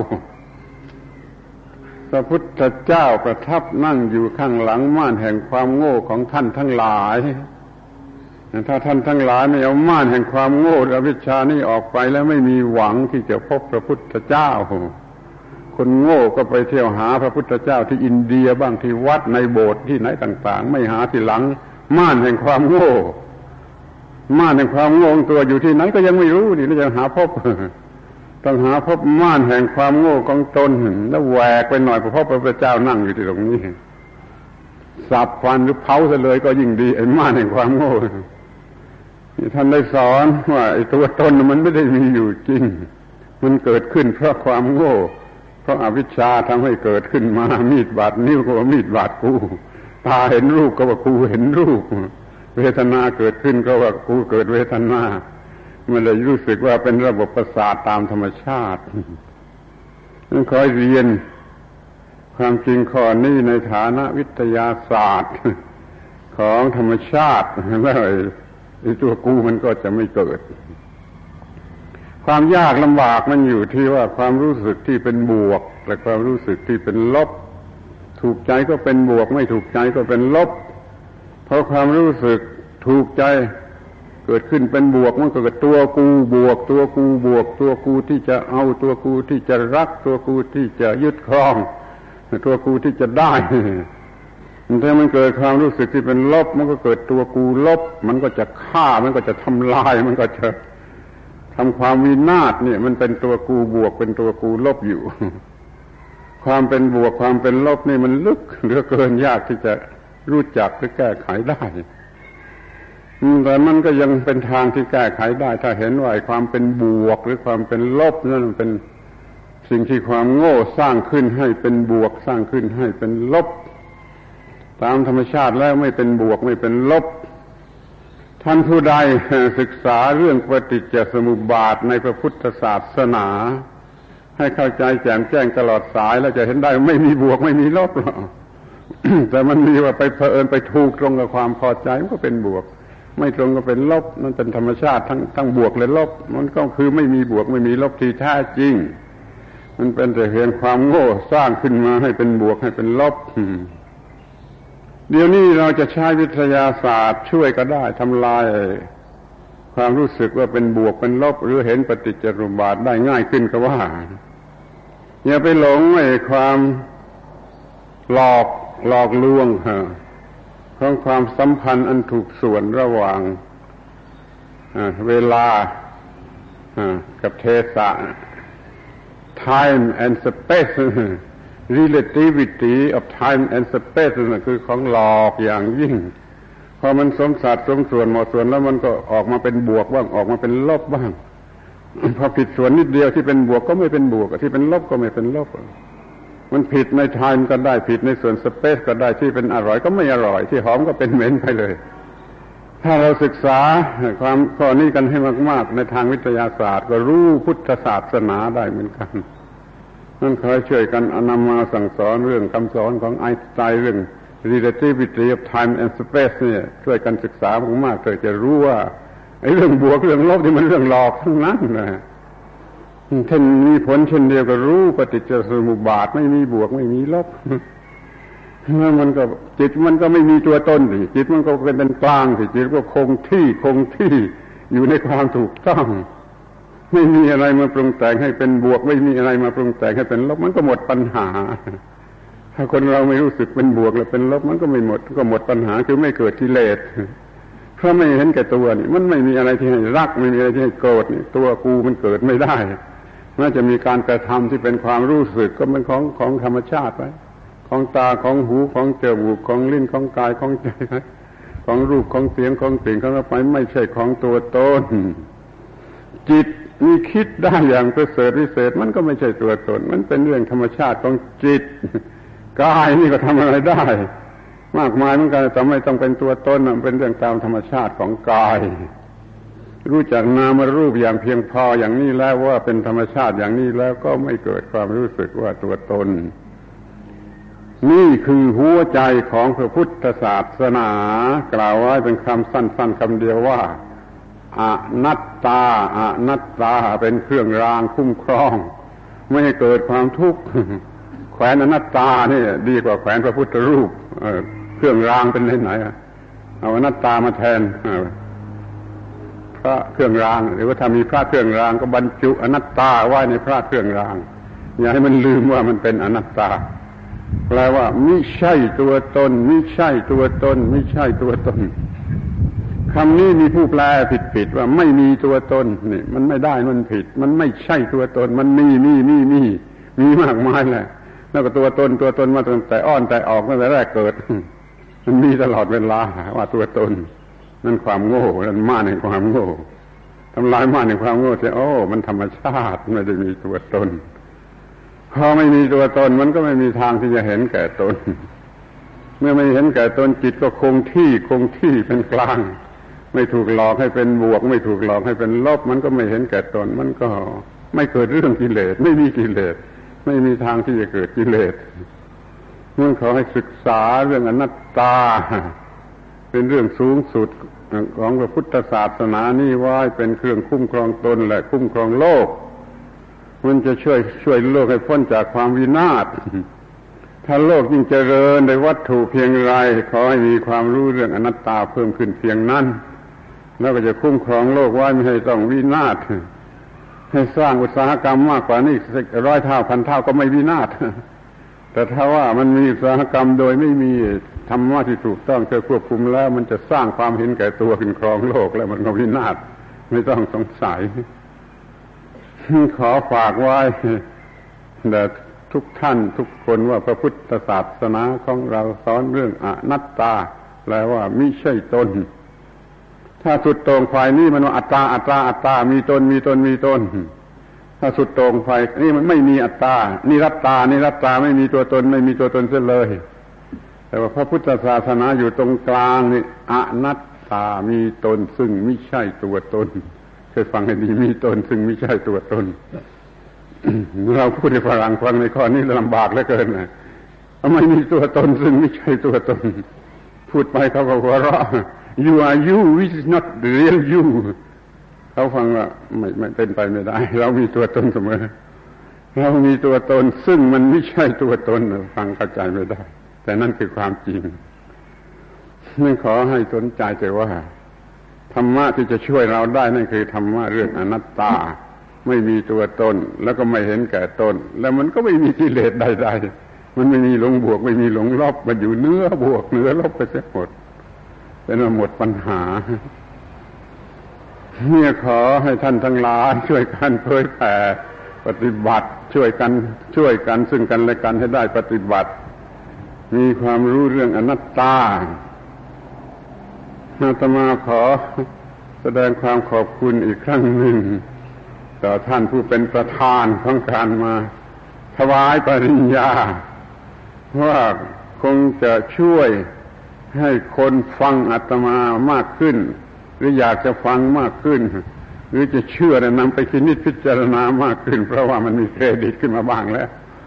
พระพุทธเจ้าประทับนั่งอยู่ข้างหลังม่านแห่งความโง่ของท่านทั้งหลายถ้าท่านทั้งหลายไม่เอาม่านแห่งความโง่อวิชชานี่ออกไปแล้วไม่มีหวังที่จะพบพระพุทธเจ้าคนโง่ก็ไปเที่ยวหาพระพุทธเจ้าที่อินเดียบ้างที่วัดในโบสถ์ที่ไหนต่างๆไม่หาที่หลังม่านแห่งความโง่ม่านแห่งความโง่ตัวอยู่ที่ไหนก็ยังไม่รู้นี่แล้วจะหาพบต้องหาพบม่านแห่งความโง่ของตนแล้วแหวกไปหน่อยพอพบพระพุทธเจ้านั่งอยู่ที่ตรงนี้สับฟันหรือเผาซะเลยก็ยิ่งดีไอ้ม่านแห่งความโง่ท่านได้สอนว่าไอ้ตัวตนมันไม่ได้มีอยู่จริงมันเกิดขึ้นเพราะความโง่เพราะอวิชชาทำให้เกิดขึ้นมามีดบาดนิ้วก็ว่ามีดบาดกูตาเห็นรูปก็ว่ากูเห็นรูปเวทนาเกิดขึ้นก็ว่ากูเกิดเวทนามันเลยรู้สึกว่าเป็นระบบประสาทตามธรรมชาติต้องคอยเรียนความจริงข้อนี้ในฐานะวิทยาศาสตร์ของธรรมชาติแล้วไอ้ตัวกูมันก็จะไม่เกิดความยากลำบากมันอยู่ที่ว่าความรู้สึกที่เป็นบวกและความรู้สึกที่เป็นลบถูกใจก็เป็นบวกไม่ถูกใจก็เป็นลบเพราะความรู้สึกถูกใจเกิดขึ้นเป็นบวกมันก็เกิดตัวกูบวกตัวกูบวกตัวกูที่จะเอาตัวกูที่จะรักตัวกูที่จะยึดครองตัวกูที่จะได้ถ้ามันเกิดความรู้สึกที่เป็นลบมันก็เกิดตัวกูลบมันก็จะฆ่ามันก็จะทำลายมันก็จะทำความวินาศเนี่ยมันเป็นตัวกูบวกเป็นตัวกูลบอยู่ความเป็นบวกความเป็นลบนี่มันลึกเหลือเกินยากที่จะรู้จักหรือแก้ไขได้แต่มันก็ยังเป็นทางที่แก้ไขได้ถ้าเห็นว่าความเป็นบวกหรือความเป็นลบนั่นมันเป็นสิ่งที่ความโง่สร้างขึ้นให้เป็นบวกสร้างขึ้นให้เป็นลบตามธรรมชาติแล้วไม่เป็นบวกไม่เป็นลบท่านผู้ใดศึกษาเรื่องปฏิจจสมุปบาทในพระพุทธศาสนาให้เข้าใจแจ่มแจ้งตลอดสายแล้วจะเห็นได้ไม่มีบวกไม่มีลบหรอก แต่มันมีว่าไปเผอิญไปถูกตรงกับความพอใจมันก็เป็นบวกไม่ตรงก็เป็นลบนั่นเป็นธรรมชาติทั้งทั้งบวกและลบมันก็คือไม่มีบวกไม่มีลบที่แท้จริงมันเป็นแต่เพียงความโง่สร้างขึ้นมาให้เป็นบวกให้เป็นลบเดี๋ยวนี้เราจะใช้วิทยาศาสตร์ช่วยก็ได้ทำลายความรู้สึกว่าเป็นบวกเป็นลบหรือเห็นปฏิจจสมุปบาทได้ง่ายขึ้นก็ว่าอย่าไปหลงไอ้ความหลอกหลอกลวงของความสัมพันธ์อันถูกส่วนระหว่างเวลากับเทศะ time and space relativity of time and space นั่นคือของหลอกอย่างยิ่งพอมันสมสัดสมส่วนเหมาะส่วนแล้วมันก็ออกมาเป็นบวกบ้างออกมาเป็นลบบ้างพอผิดส่วนนิดเดียวที่เป็นบวกก็ไม่เป็นบวกที่เป็นลบก็ไม่เป็นลบมันผิดใน time ก็ได้ผิดในส่วน space ก็ได้ที่เป็นอร่อยก็ไม่อร่อยที่หอมก็เป็นเหม็นไปเลยถ้าเราศึกษาความข้อนี้กันให้มากๆในทางวิทยาศาสตร์ก็รู้พุทธศาสนาได้เหมือนกันนั่นขอให้ช่วยกันนำมาสั่งสอนเรื่องคำสอนของไอน์สไตน์เรื่อง relativity of time and space เนี่ยช่วยกันศึกษามากๆเพื่อจะรู้ว่าไอ้เรื่องบวกเรื่องลบที่มันเรื่องหลอกทั้งนั้นนะเช่นมีผลเช่นเดียวก็รู้ปฏิจจสมุปบาทไม่มีบวกไม่มีลบแล้วมันก็จิตมันก็ไม่มีตัวตนสิจิตมันก็เป็นเป็นกลางสิจิตก็คงที่คงที่อยู่ในความถูกต้องไม่มีอะไรมาปรุงแต่งให้เป็นบวกไม่มีอะไรมาปรุงแต่งให้เป็นลบมันก็หมดปัญหาถ้าคนเราไม่รู้สึกเป็นบวกแล้วเป็นลบมันก็ไม่หมดก็หมดปัญหาคือไม่เกิดกิเลสเพราะไม่เห็นแก่ตัวนี่มันไม่มีอะไรที่ให้รักไม่มีอะไรที่ให้โกรธนี่ตัวกูมันเกิดไม่ได้น่าจะมีการกระทำที่เป็นความรู้สึกก็เป็นของของธรรมชาติไว้ของตาของหูของจมูกของลิ้นของกายของใจของรูปของเสียงของกลิ่นของรสไปไม่ใช่ของตัวตนจิตมีคิดได้อย่างประเสริฐวิเศษมันก็ไม่ใช่ตัวตนมันเป็นเรื่องธรรมชาติของจิตกายนี่ก็ทำอะไรได้มากมายเหมือนกันแต่ไม่ต้องเป็นตัวตนมันเป็นเรื่องตามธรรมชาติของกายรู้จักนามรูปอย่างเพียงพออย่างนี้แล้วว่าเป็นธรรมชาติอย่างนี้แล้วก็ไม่เกิดความรู้สึกว่าตัวตนนี่คือหัวใจของพระพุทธศาสนากล่าวไว้เป็นคำสั้นๆคำเดียวว่าอนัตตาอนัตตาเป็นเครื่องรางคุ้มครองไม่ให้เกิดความทุกข์แขวนอนัตตานี่ดีกว่าแขวนพระพุทธรูปเครื่องรางเป็นไหนๆเอาอนัตตามาแทนพระเครื่องรางหรือว่าถ้ามีพระเครื่องรางก็บรรจุอนัตตาไว้ในพระเครื่องรางอย่าให้มันลืมว่ามันเป็นอนัตตาแปลว่าไม่ใช่ตัวตนไม่ใช่ตัวตนไม่ใช่ตัวตนคำนี้มีผู้แปลผิดๆว่าไม่มีตัวตนนี่มันไม่ได้มันผิดมันไม่ใช่ตัวตนมันมีมีมีมีมีมากมายแหละแล้วก็ตัวตนตัวตนมาตั้งแต่อ้อนแต่ออกตั้งแต่แรกเกิดมันมีตลอดเวลาว่าตัวตนนั่นความโง่นั่นม่านในความโง่ทำลายม่านในความโง่แต่โอ้มันธรรมชาติไม่ได้มีตัวตนพอไม่มีตัวตนมันก็ไม่มีทางที่จะเห็นแก่ตนเมื่อไม่เห็นแก่ตนจิตก็คงที่คงที่เป็นกลางไม่ถูกหลอกให้เป็นบวกไม่ถูกหลอกให้เป็นลบมันก็ไม่เห็นแก่ตนมันก็ไม่เกิดเรื่องกิเลสไม่มีกิเลสไม่มีทางที่จะเกิดกิเลสมันขอให้ศึกษาเรื่องอนัตตาเป็นเรื่องสูงสุดของพระพุทธศาสนานี่ไว้เป็นเครื่องคุ้มครองตนและคุ้มครองโลกมันจะช่วยช่วยโลกให้พ้นจากความวินาศถ้าโลกยิ่งเจริญในวัตถุเพียงไรขอให้มีความรู้เรื่องอนัตตาเพิ่มขึ้นเพียงนั้นแล้วก็จะคุ้มครองโลกไว้ไม่ให้ต้องวินาศให้สร้างอุตสาหกรรมมากกว่านี้ร้อยเท่าพันเท่าก็ไม่วินาศแต่ถ้าว่ามันมีอุตสาหกรรมโดยไม่มีธรรมะที่ถูกต้องช่วยควบคุมแล้วมันจะสร้างความเห็นแก่ตัวขึ้นครองโลกแล้วมันก็วินาศไม่ต้องสงสัยขอฝากไว้แด่ทุกท่านทุกคนว่าพระพุทธศาสนาของเราสอนเรื่องอนัตตาแปลว่ามิใช่ตนถ้าสุดโต่งฝ่ายนี้มันว่าอัตตาอัตตาอัตตามีตนมีตนมีตนถ้าสุดโต่งฝ่ายนี่มันไม่มีอัตตานิรัตตานิรัตตาไม่มีตัวตนไม่มีตัวตนเสียเลยแต่ว่าพระพุทธศาสนาอยู่ตรงกลางนี่อนัตตามีตนซึ่งไม่ใช่ตัวตนเคยฟังให้ดีมีตนซึ่งไม่ใช่ตัวตน เราพูดในฝรั่งฟังในข้อนี้ลำบากเหลือเกินนะไม่มีตัวตนซึ่งไม่ใช่ตัวตนพูดไปเขาก็หัวเราะ you are you which is not the real you เขาฟังว่าไม่ไม่เป็นไปไม่ได้เรามีตัวตนเสมอเรามีตัวตนซึ่งมันไม่ใช่ตัวตนฟังเข้าใจไม่ได้แต่นั่นคือความจริงนั่นขอให้สนใจแต่ว่าธรรมะที่จะช่วยเราได้นั่นคือธรรมะเรื่องอนัตตาไม่มีตัวตนแล้วก็ไม่เห็นแก่ตนแล้วมันก็ไม่มีกิเลสใดๆมันไม่มีหลงบวกไม่มีหลงลบมันอยู่เนื้อบวกเนื้อลบไปเสียหมดเป็นหมดปัญหาเนี่ยขอให้ท่านทั้งหลายช่วยกันเผยแผ่ปฏิบัติช่วยกันช่วยกันซึ่งกันและกันให้ได้ปฏิบัติมีความรู้เรื่องอนัตตาอาตมาขอแสดงความขอบคุณอีกครั้งหนึ่งต่อท่านผู้เป็นประธานของการมาถวายปริญญาว่าคงจะช่วยให้คนฟังอาตมามากขึ้นหรืออยากจะฟังมากขึ้นหรือจะเชื่อและนำไปคิดนิจพิจารณามากขึ้นเพราะว่ามันมีเครดิตขึ้นมาบ้างแล้ว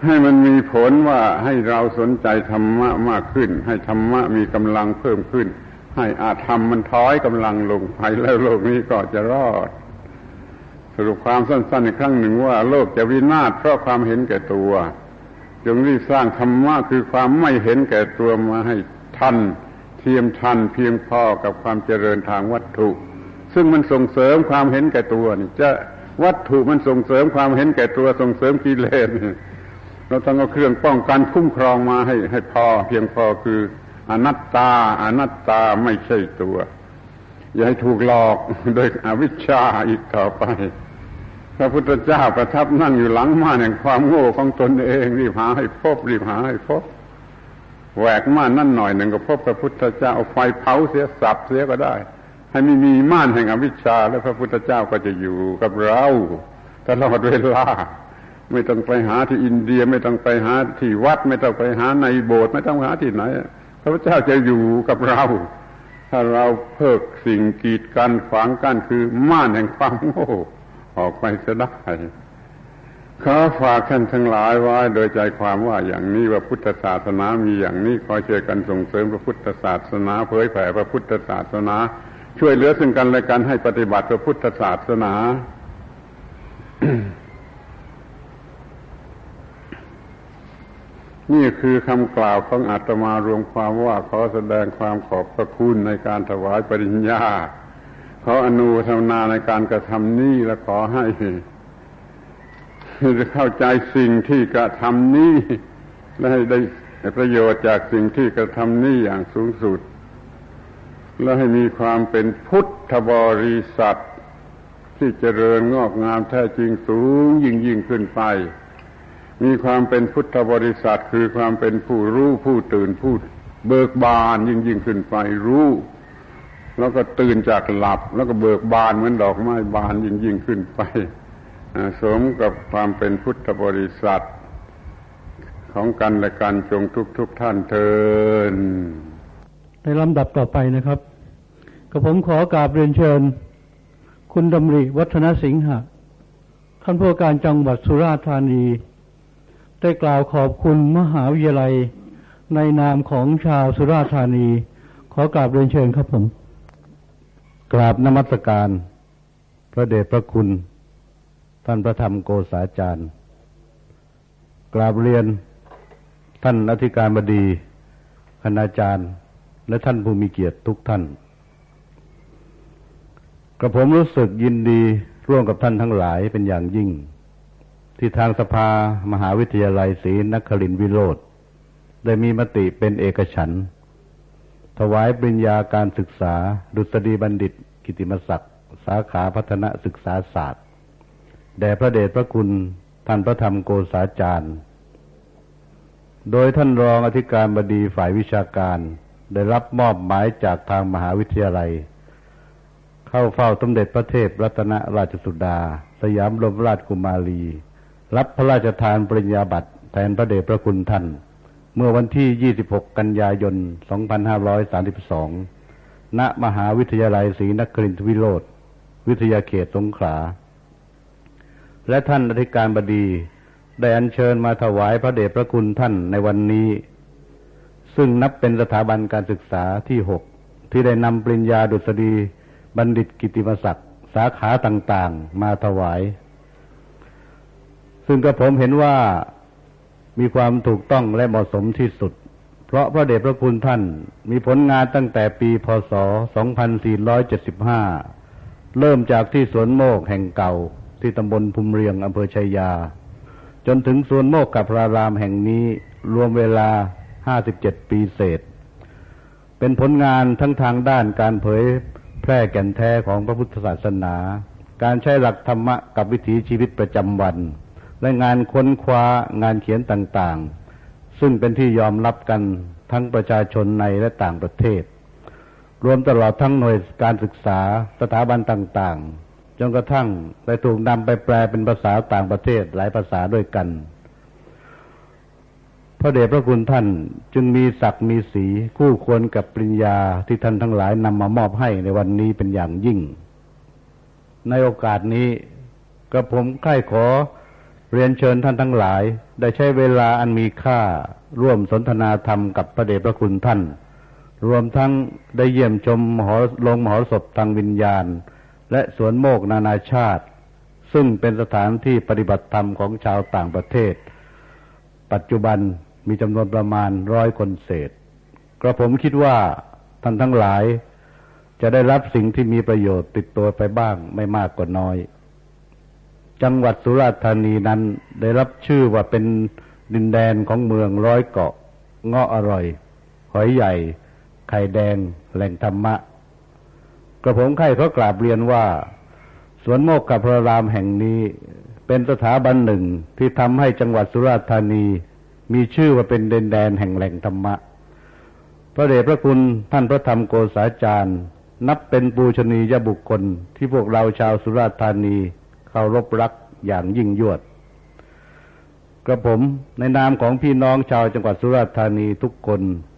ให้มันมีผลว่าให้เราสนใจธรรมะมากขึ้นให้ธรรมะมีกำลังเพิ่มขึ้นให้อาธรรมมันถอยกำลังลงไปแล้วโลกนี้ก็จะรอดสรุปความสั้นๆอีกครั้งหนึ่งว่าโลกจะวินาศเพราะความเห็นแก่ตัวจงรีบสร้างธรรมะคือความไม่เห็นแก่ตัวมาให้ทันเทียมทันเพียงพอกับความเจริญทางวัตถุซึ่งมันส่งเสริมความเห็นแก่ตัวนี่จะวัตถุมันส่งเสริมความเห็นแก่ตัวส่งเสริมกิเลสเราต้องเอาเครื่องป้องกันคุ้มครองมาให้ให้พอเพียงพอคืออนัตตาอนัตตาไม่ใช่ตัวอย่าให้ถูกหลอกโดยอวิชชาอีกต่อไปพระพุทธเจ้าประทับนั่งอยู่หลังม่านแห่งความโง่ของตนเองรีบหาให้พบรีบหาให้พบแหวกม่านนั่นหน่อยหนึ่งก็พบพระพุทธเจ้าเอาไฟเผาเสียสับเสียก็ได้ให้ไม่มีม่านแห่งอวิชชาแล้วพระพุทธเจ้าก็จะอยู่กับเราตลอดเวลาไม่ต้องไปหาที่อินเดียไม่ต้องไปหาที่วัดไม่ต้องไปหาในโบสถ์ไม่ต้องหาที่ไหนพระพุทธเจ้าจะอยู่กับเราถ้าเราเพิกสิ่งกีดกันขวางกั้นคือม่านแห่งความโง่ออกไปจะได้ขอฝากท่านทั้งหลายไว้โดยใจความว่าอย่างนี้ว่าพุทธศาสนามีอย่างนี้ขอช่วยกันส่งเสริมพระพุทธศาสนาเผยแผ่พระพุทธศาสนาช่วยเหลือซึ่งกันและกันให้ปฏิบัติพระพุทธศาสนา นี่คือคำกล่าวของอาตมารวมความว่าขอแสดงความขอบพระคุณในการถวายปริญญาขออนุโมทนาในการกระทำนี้และขอให้เข้าใจสิ่งที่กระทำนี้และให้ได้ประโยชน์จากสิ่งที่กระทำนี้อย่างสูงสุดและให้มีความเป็นพุทธบริษัทที่เจริญงอกงามแท้จริงสูงยิ่งยิ่งขึ้นไปมีความเป็นพุทธบริษัทคือความเป็นผู้รู้ผู้ตื่นผู้เบิกบานยิ่งยิ่งขึ้นไปรู้แล้วก็ตื่นจากหลับแล้วก็เบิกบานเหมือนดอกไม้บานยิ่งยิ่งขึ้นไปสมกับความเป็นพุทธบริษัทของกันและกันจงทุกทุกท่านเทินในลำดับต่อไปนะครับกระผมขอกราบเรียนเชิญคุณดำริวัฒนสิงหะท่านผู้ว่าการจังหวัดสุราษฎร์ธานีได้กล่าวขอบคุณมหาวิทยาลัยในนามของชาวสุราษฎร์ธานีขอกราบเรียนเชิญครับผมกราบนมัสการพระเดชพระคุณท่านพระธรรมโกษาจารย์กราบเรียนท่านอธิการบดีคณาจารย์และท่านผู้มีเกียรติทุกท่านกระผมรู้สึกยินดีร่วมกับท่านทั้งหลายเป็นอย่างยิ่งที่ทางสภามหาวิทยาลัยศรีนครินทรวิโรธได้มีมติเป็นเอกฉันท์ถวายปริญญาการศึกษาดุษฎีบัณฑิตกิตติมศักดิ์สาขาพัฒนศึกษาศาสตร์แด่พระเดชพระคุณท่านพระธรรมโกษาจารย์โดยท่านรองอธิการบดีฝ่ายวิชาการได้รับมอบหมายจากทางมหาวิทยาลัยเข้าเฝ้าสมเด็จพระเทพรัตนราชสุดาสยามบรมราชกุมารีรับพระราชทานปริญญาบัตรแทนพระเดชพระคุณท่านเมื่อวันที่ยี่สิบหกกันยายนสองพันห้าร้อยสามสิบสองณมหาวิทยาลัยศรีนครินทรวิโรธวิทยาเขตสงขลาและท่านอธิการบดีได้อัญเชิญมาถวายพระเดชพระคุณท่านในวันนี้ซึ่งนับเป็นสถาบันการศึกษาที่หกที่ได้นำปริญญาดุษฎีบัณฑิตกิตติมศักดิ์สาขาต่างๆมาถวายซึ่งกระผมเห็นว่ามีความถูกต้องและเหมาะสมที่สุดเพราะพระเดชพระคุณท่านมีผลงานตั้งแต่ปีพ.ศ. สองพันสี่ร้อยเจ็ดสิบห้าเริ่มจากที่สวนโมกแห่งเก่าที่ตำบลภูมิเรียงอำเภอชัยยาจนถึงสวนโมกขพรารามแห่งนี้รวมเวลาห้าสิบเจ็ดปีเศษเป็นผลงานทั้งทางด้านการเผยแพร่แก่นแท้ของพระพุทธศาสนาการใช้หลักธรรมะกับวิถีชีวิตประจำวันและงานค้นคว้างานเขียนต่างๆซึ่งเป็นที่ยอมรับกันทั้งประชาชนในและต่างประเทศรวมตลอดทั้งหน่วยการศึกษาสถาบันต่างๆจนกระทั่งได้ถูกนำไปแปลเป็นภาษาต่างประเทศหลายภาษาด้วยกันพระเดชพระคุณท่านจึงมีศักดิ์มีสีคู่ควรกับปริญญาที่ท่านทั้งหลายนำมามอบให้ในวันนี้เป็นอย่างยิ่งในโอกาสนี้กระผมใคร่ขอเรียนเชิญท่านทั้งหลายได้ใช้เวลาอันมีค่าร่วมสนทนาธรรมกับพระเดชพระคุณท่านรวมทั้งได้เยี่ยมชมมหรโรงมหรสพทางวิญญาณและสวนโมกนานาชาติซึ่งเป็นสถานที่ปฏิบัติธรรมของชาวต่างประเทศปัจจุบันมีจำนวนประมาณร้อยคนเศษกระผมคิดว่าท่านทั้งหลายจะได้รับสิ่งที่มีประโยชน์ติดตัวไปบ้างไม่มากก็น้อยจังหวัดสุราษฎร์ธานีนั้นได้รับชื่อว่าเป็นดินแดนของเมืองร้อยเกาะเงาะอร่อยหอยใหญ่ไข่แดงแหล่งธรรมะกระผมใคร่ขอกราบเรียนว่าสวนโมกขพรารามแห่งนี้เป็นสถาบันหนึ่งที่ทำให้จังหวัดสุราษฎร์ธานีมีชื่อว่าเป็นดินแดนแห่งแหล่งธรรมะพระเดชพระคุณท่านพระธรรมโกษาจารย์นับเป็นปูชนียบุคคลที่พวกเราชาวสุราษฎร์ธานีเคารพรักอย่างยิ่งยวดกระผมในนามของพี่น้องชาวจังหวัดสุราษฎร์ธานีทุกคน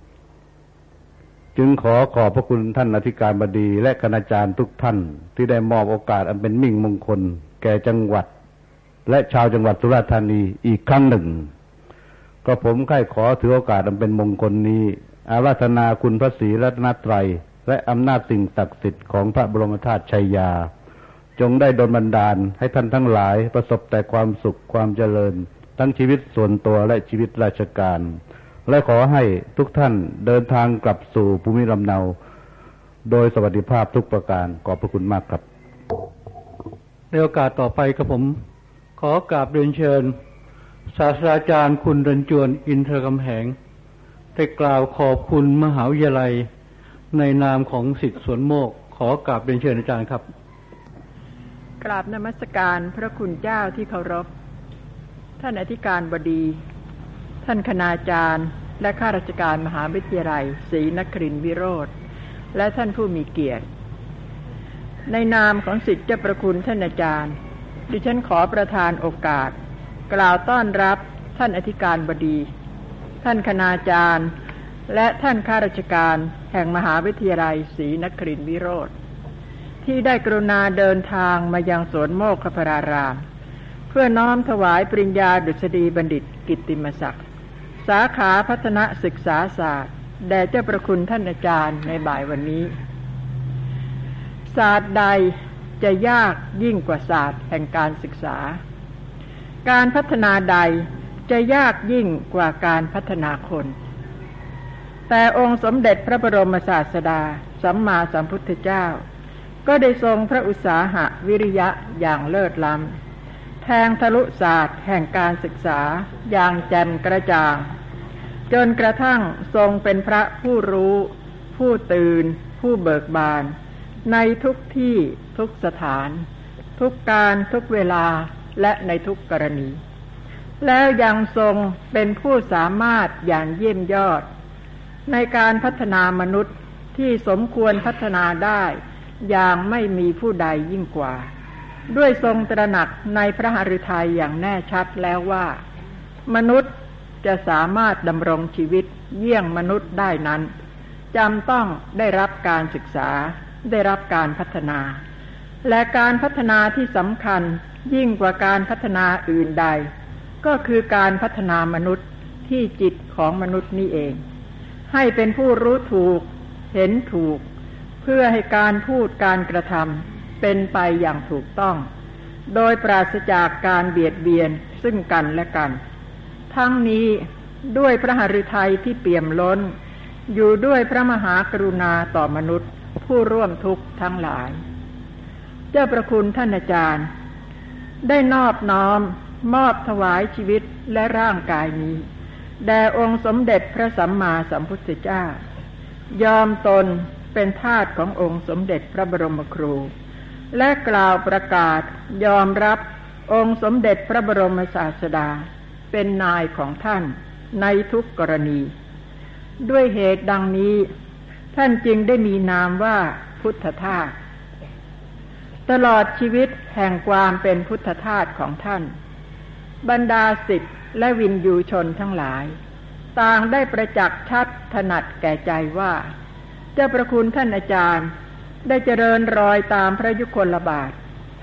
จึงขอขอบพระคุณท่านอธิการบดีและคณาจารย์ทุกท่านที่ได้มอบโอกาสอันเป็นมิ่งมงคลแก่จังหวัดและชาวจังหวัดสุราษฎร์ธานีอีกครั้งหนึ่งก็ผมใคร่ขอถือโอกาสอันเป็นมงคลนี้อาราธนาคุณพระศรีรัตนตรัยและอำนาจสิ่งศักดิ์สิทธิ์ของพระบรมธาตุชัยยาจงได้ดลบันดาลให้ท่านทั้งหลายประสบแต่ความสุขความเจริญทั้งชีวิตส่วนตัวและชีวิตราชการและขอให้ทุกท่านเดินทางกลับสู่ภูมิลำเนาโดยสวัสดิภาพทุกประการขอบพระคุณมากครับในโอกาสต่อไปกับผมขอกราบเรียนเชิญศาสตราจารย์คุณเรินจวนอินทรกำแหงได้กล่าวขอบคุณมหาวิทยาลัยในนามของศิษย์สวนโมกขอกราบเรียนเชิญอาจารย์ครับกราบนมัสการพระคุณเจ้าที่เคารพท่านอธิการบดีท่านคณาจารย์และข้าราชการมหาวิทยาลัยศรีนครินทร์วิโรธและท่านผู้มีเกียรติในนามของศิษย์เจ้าประคุณท่านอาจารย์ดิฉันขอประทานโอกาสกล่าวต้อนรับท่านอธิการบดีท่านคณาจารย์และท่านข้าราชการแห่งมหาวิทยาลัยศรีนครินทร์วิโรธที่ได้กรุณาเดินทางมายังสวนโมกขพรารามเพื่อน้อมถวายปริญญาดุษฎีบัณฑิตกิตติมศักดิ์สาขาพัฒนศึกษาศาสตร์แด่เจ้าประคุณท่านอาจารย์ในบ่ายวันนี้ศาสตร์ใดจะยากยิ่งกว่าศาสตร์แห่งการศึกษาการพัฒนาใดจะยากยิ่งกว่าการพัฒนาคนแต่องค์สมเด็จพระบรมศาสดาสัมมาสัมพุทธเจ้าก็ได้ทรงพระอุตสาหะวิริยะอย่างเลิศล้ำแทงทะลุศาสตร์แห่งการศึกษาอย่างแจ่มกระจ่างจนกระทั่งทรงเป็นพระผู้รู้ผู้ตื่นผู้เบิกบานในทุกที่ทุกสถานทุกการทุกเวลาและในทุกกรณีแล้วยังทรงเป็นผู้สามารถอย่างเยี่ยมยอดในการพัฒนามนุษย์ที่สมควรพัฒนาได้อย่างไม่มีผู้ใดยิ่งกว่าด้วยทรงตระหนักในพระหฤทัยอย่างแน่ชัดแล้วว่ามนุษย์จะสามารถดำรงชีวิตเยี่ยงมนุษย์ได้นั้นจำต้องได้รับการศึกษาได้รับการพัฒนาและการพัฒนาที่สำคัญยิ่งกว่าการพัฒนาอื่นใดก็คือการพัฒนามนุษย์ที่จิตของมนุษย์นี่เองให้เป็นผู้รู้ถูกเห็นถูกเพื่อให้การพูดการกระทำเป็นไปอย่างถูกต้องโดยปราศจากการเบียดเบียนซึ่งกันและกันทั้งนี้ด้วยพระหฤทัยที่เปี่ยมล้นอยู่ด้วยพระมหากรุณาต่อมนุษย์ผู้ร่วมทุกข์ทั้งหลายเจ้าประคุณท่านอาจารย์ได้นอบน้อมมอบถวายชีวิตและร่างกายนี้แด่องค์สมเด็จพระสัมมาสัมพุทธเจ้ายอมตนเป็นทาสขององค์สมเด็จพระบรมครูและกล่าวประกาศยอมรับองค์สมเด็จพระบรมศาสดาเป็นนายของท่านในทุกกรณีด้วยเหตุดังนี้ท่านจึงได้มีนามว่าพุทธทาสตลอดชีวิตแห่งความเป็นพุทธทาสของท่านบรรดาศิษย์และวินยูชนทั้งหลายต่างได้ประจักษ์ชัดถนัดแก่ใจว่าเจ้าประคุณท่านอาจารย์ได้เจริญรอยตามพระยุคลบาท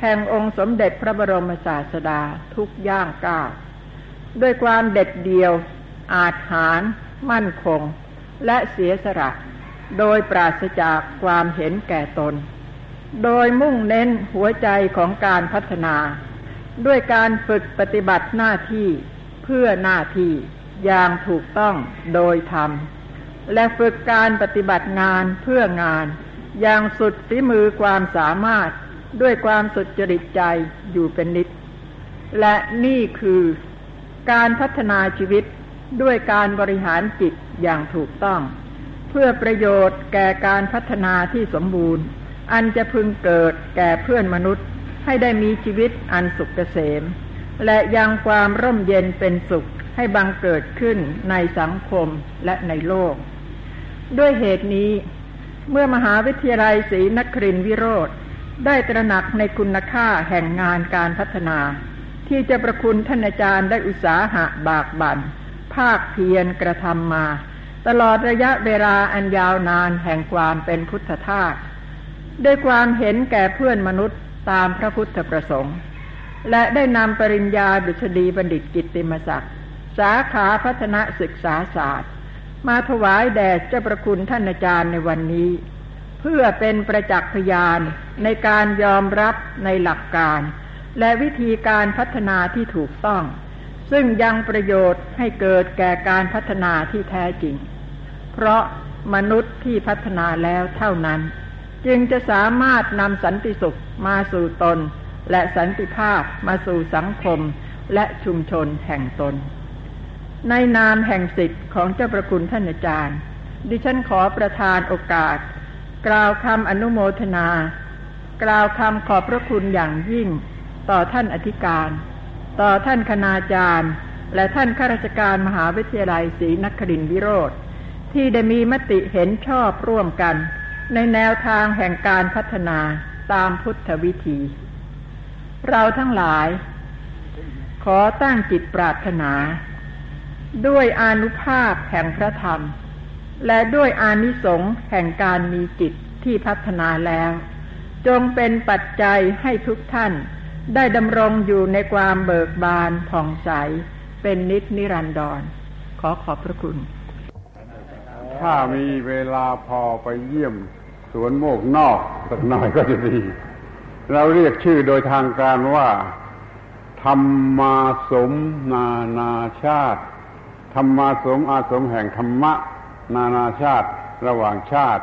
แห่งองค์สมเด็จพระบรมศาสดาทุกย่างก้าวด้วยความเด็ดเดี่ยวอาจหาญมั่นคงและเสียสละโดยปราศจากความเห็นแก่ตนโดยมุ่งเน้นหัวใจของการพัฒนาด้วยการฝึกปฏิบัติหน้าที่เพื่อหน้าที่อย่างถูกต้องโดยธรรมและฝึกการปฏิบัติงานเพื่องานอย่างสุดฝีมือความสามารถด้วยความสุจริตใจอยู่เป็นนิจและนี่คือการพัฒนาชีวิตด้วยการบริหารจิตอย่างถูกต้องเพื่อประโยชน์แก่การพัฒนาที่สมบูรณ์อันจะพึงเกิดแก่เพื่อนมนุษย์ให้ได้มีชีวิตอันสุขเกษมและยังความร่มเย็นเป็นสุขให้บังเกิดขึ้นในสังคมและในโลกด้วยเหตุนี้เมื่อมหาวิทยาลัยศรีนครินทรวิโรธได้ตระหนักในคุณค่าแห่งงานการพัฒนาที่เจ้าประคุณท่านอาจารย์ได้อุตสาหะบากบั่นภาคเพียรกระทำมาตลอดระยะเวลาอันยาวนานแห่งความเป็นพุทธทาสด้วยความเห็นแก่เพื่อนมนุษย์ตามพระพุทธประสงค์และได้นำปริญญาดุษฎีบัณฑิตกิตติมศักดิ์สาขาพัฒนาศึกษาศาสตร์มาถวายแด่เจ้าประคุณท่านอาจารย์ในวันนี้เพื่อเป็นประจักษ์พยานในการยอมรับในหลักการและวิธีการพัฒนาที่ถูกต้องซึ่งยังประโยชน์ให้เกิดแก่การพัฒนาที่แท้จริงเพราะมนุษย์ที่พัฒนาแล้วเท่านั้นจึงจะสามารถนำสันติสุขมาสู่ตนและสันติภาพมาสู่สังคมและชุมชนแห่งตนในนามแห่งศิษย์ของเจ้าประคุณท่านอาจารย์ดิฉันขอประทานโอกาสกล่าวคำอนุโมทนากล่าวคำขอบพระคุณอย่างยิ่งต่อท่านอธิการต่อท่านคณาจารย์และท่านข้าราชการมหาวิทยาลัยศรีนครินทรวิโรธที่ได้มีมติเห็นชอบร่วมกันในแนวทางแห่งการพัฒนาตามพุทธวิธีเราทั้งหลายขอตั้งจิตปรารถนาด้วยอานุภาพแห่งพระธรรมและด้วยอานิสงส์แห่งการมีจิตที่พัฒนาแล้วจงเป็นปัจจัยให้ทุกท่านได้ดำรงอยู่ในความเบิกบานผ่องใสเป็นนิจนิรันดรขอขอบพระคุณถ้ามีเวลาพอไปเยี่ยมสวนโมกนอกสักหน่อยก็จะดีเราเรียกชื่อโดยทางการว่าธรรมาสมนานาชาติธรรมาสมอาสมแห่งธรรมะนานาชาติระหว่างชาติ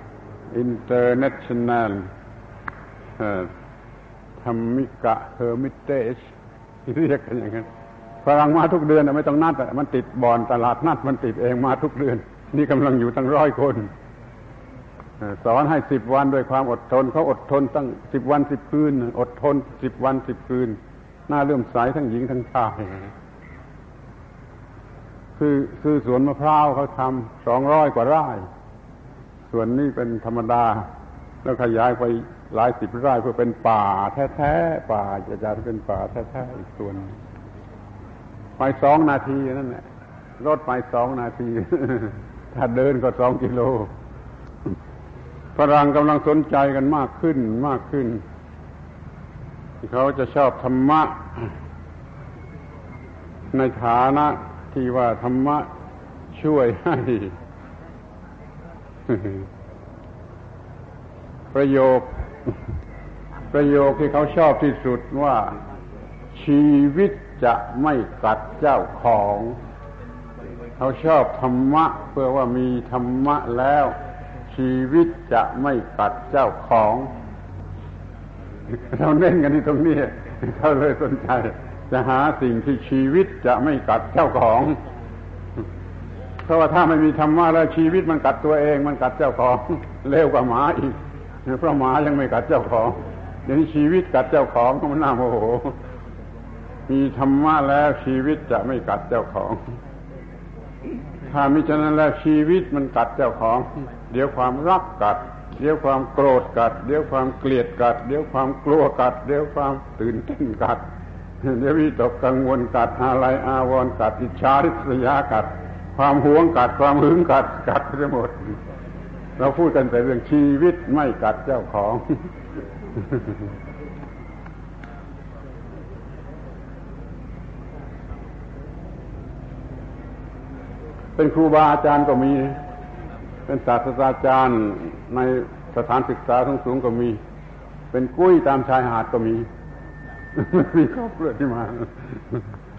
International ธรรมิกะเฮอร์มิเตจเรียกกันอย่างนั้นฝรั่งมาทุกเดือนไม่ต้องนัดมันติดบ่อนตลาดนัดมันติดเองมาทุกเดือนนี่กำลังอยู่ตั้งร้อยคนสอนให้สิบวันด้วยความอดทนเขาอดทนตั้งสิบวันสิบคืนอดทนสิบวันสิบคืนหน้าเลื่อมใสทั้งหญิงทั้งชายคือคือสวนมะพร้าวเขาทำสองร้อยกว่าไร่ส่วนนี้เป็นธรรมดาแล้วขยายไปหลายสิบไร่เพื่อเป็นป่าแท้ๆป่าจะจะเป็นป่าแท้ๆอีกส่วนไปสองนาทีนั่นแหละรถไปสองนาทีถ้าเดินก็สองกิโลฝรั่งกำลังสนใจกันมากขึ้นมากขึ้นเขาจะชอบธรรมะในฐานะที่ว่าธรรมะช่วยให้ประโยคประโยคที่เขาชอบที่สุดว่าชีวิตจะไม่กัดเจ้าของเขาชอบธรรมะเพื่อว่ามีธรรมะแล้วชีวิตจะไม่กัดเจ้าของเราเน้นกันที่ตรงนี้เขาเลยสนใจจะหาสิ่งที่ชีวิตจะไม่กัดเจ้าของเพราะว่าถ้าไม่มีธรรมะแล้วชีวิตมันกัดตัวเองมันกัดเจ้าของเร็วกว่าหมาอีกเพราะหมายังไม่กัดเจ้าของเดี๋ยวนี้ชีวิตกัดเจ้าของมันน่าโมโหมีธรรมะแล้วชีวิตจะไม่กัดเจ้าของถ้ามิฉะนั้นแล้วชีวิตมันกัดเจ้าของเดี๋ยวความรักกัดเดี๋ยวความโกรธกัดเดี๋ยวความเกลียดกัดเดี๋ยวความกลัวกัดเดี๋ยวความตื่นเต้นกัดเดี๋ยววิตกกังวลกัดอาลัยอาวรณ์กัดอิจฉาริษยากัดความหวงกัดความหึงกัดกัดไปหมดเราพูดกันแต่เรื่องชีวิตไม่กัดเจ้าของเป็นครูบาอาจารย์ก็มีเป็นศาสตราจารย์ในสถานศึกษาสูงๆก็มีเป็นกุ้ยตามชายหาดก็มีมีครอบครัวที่มา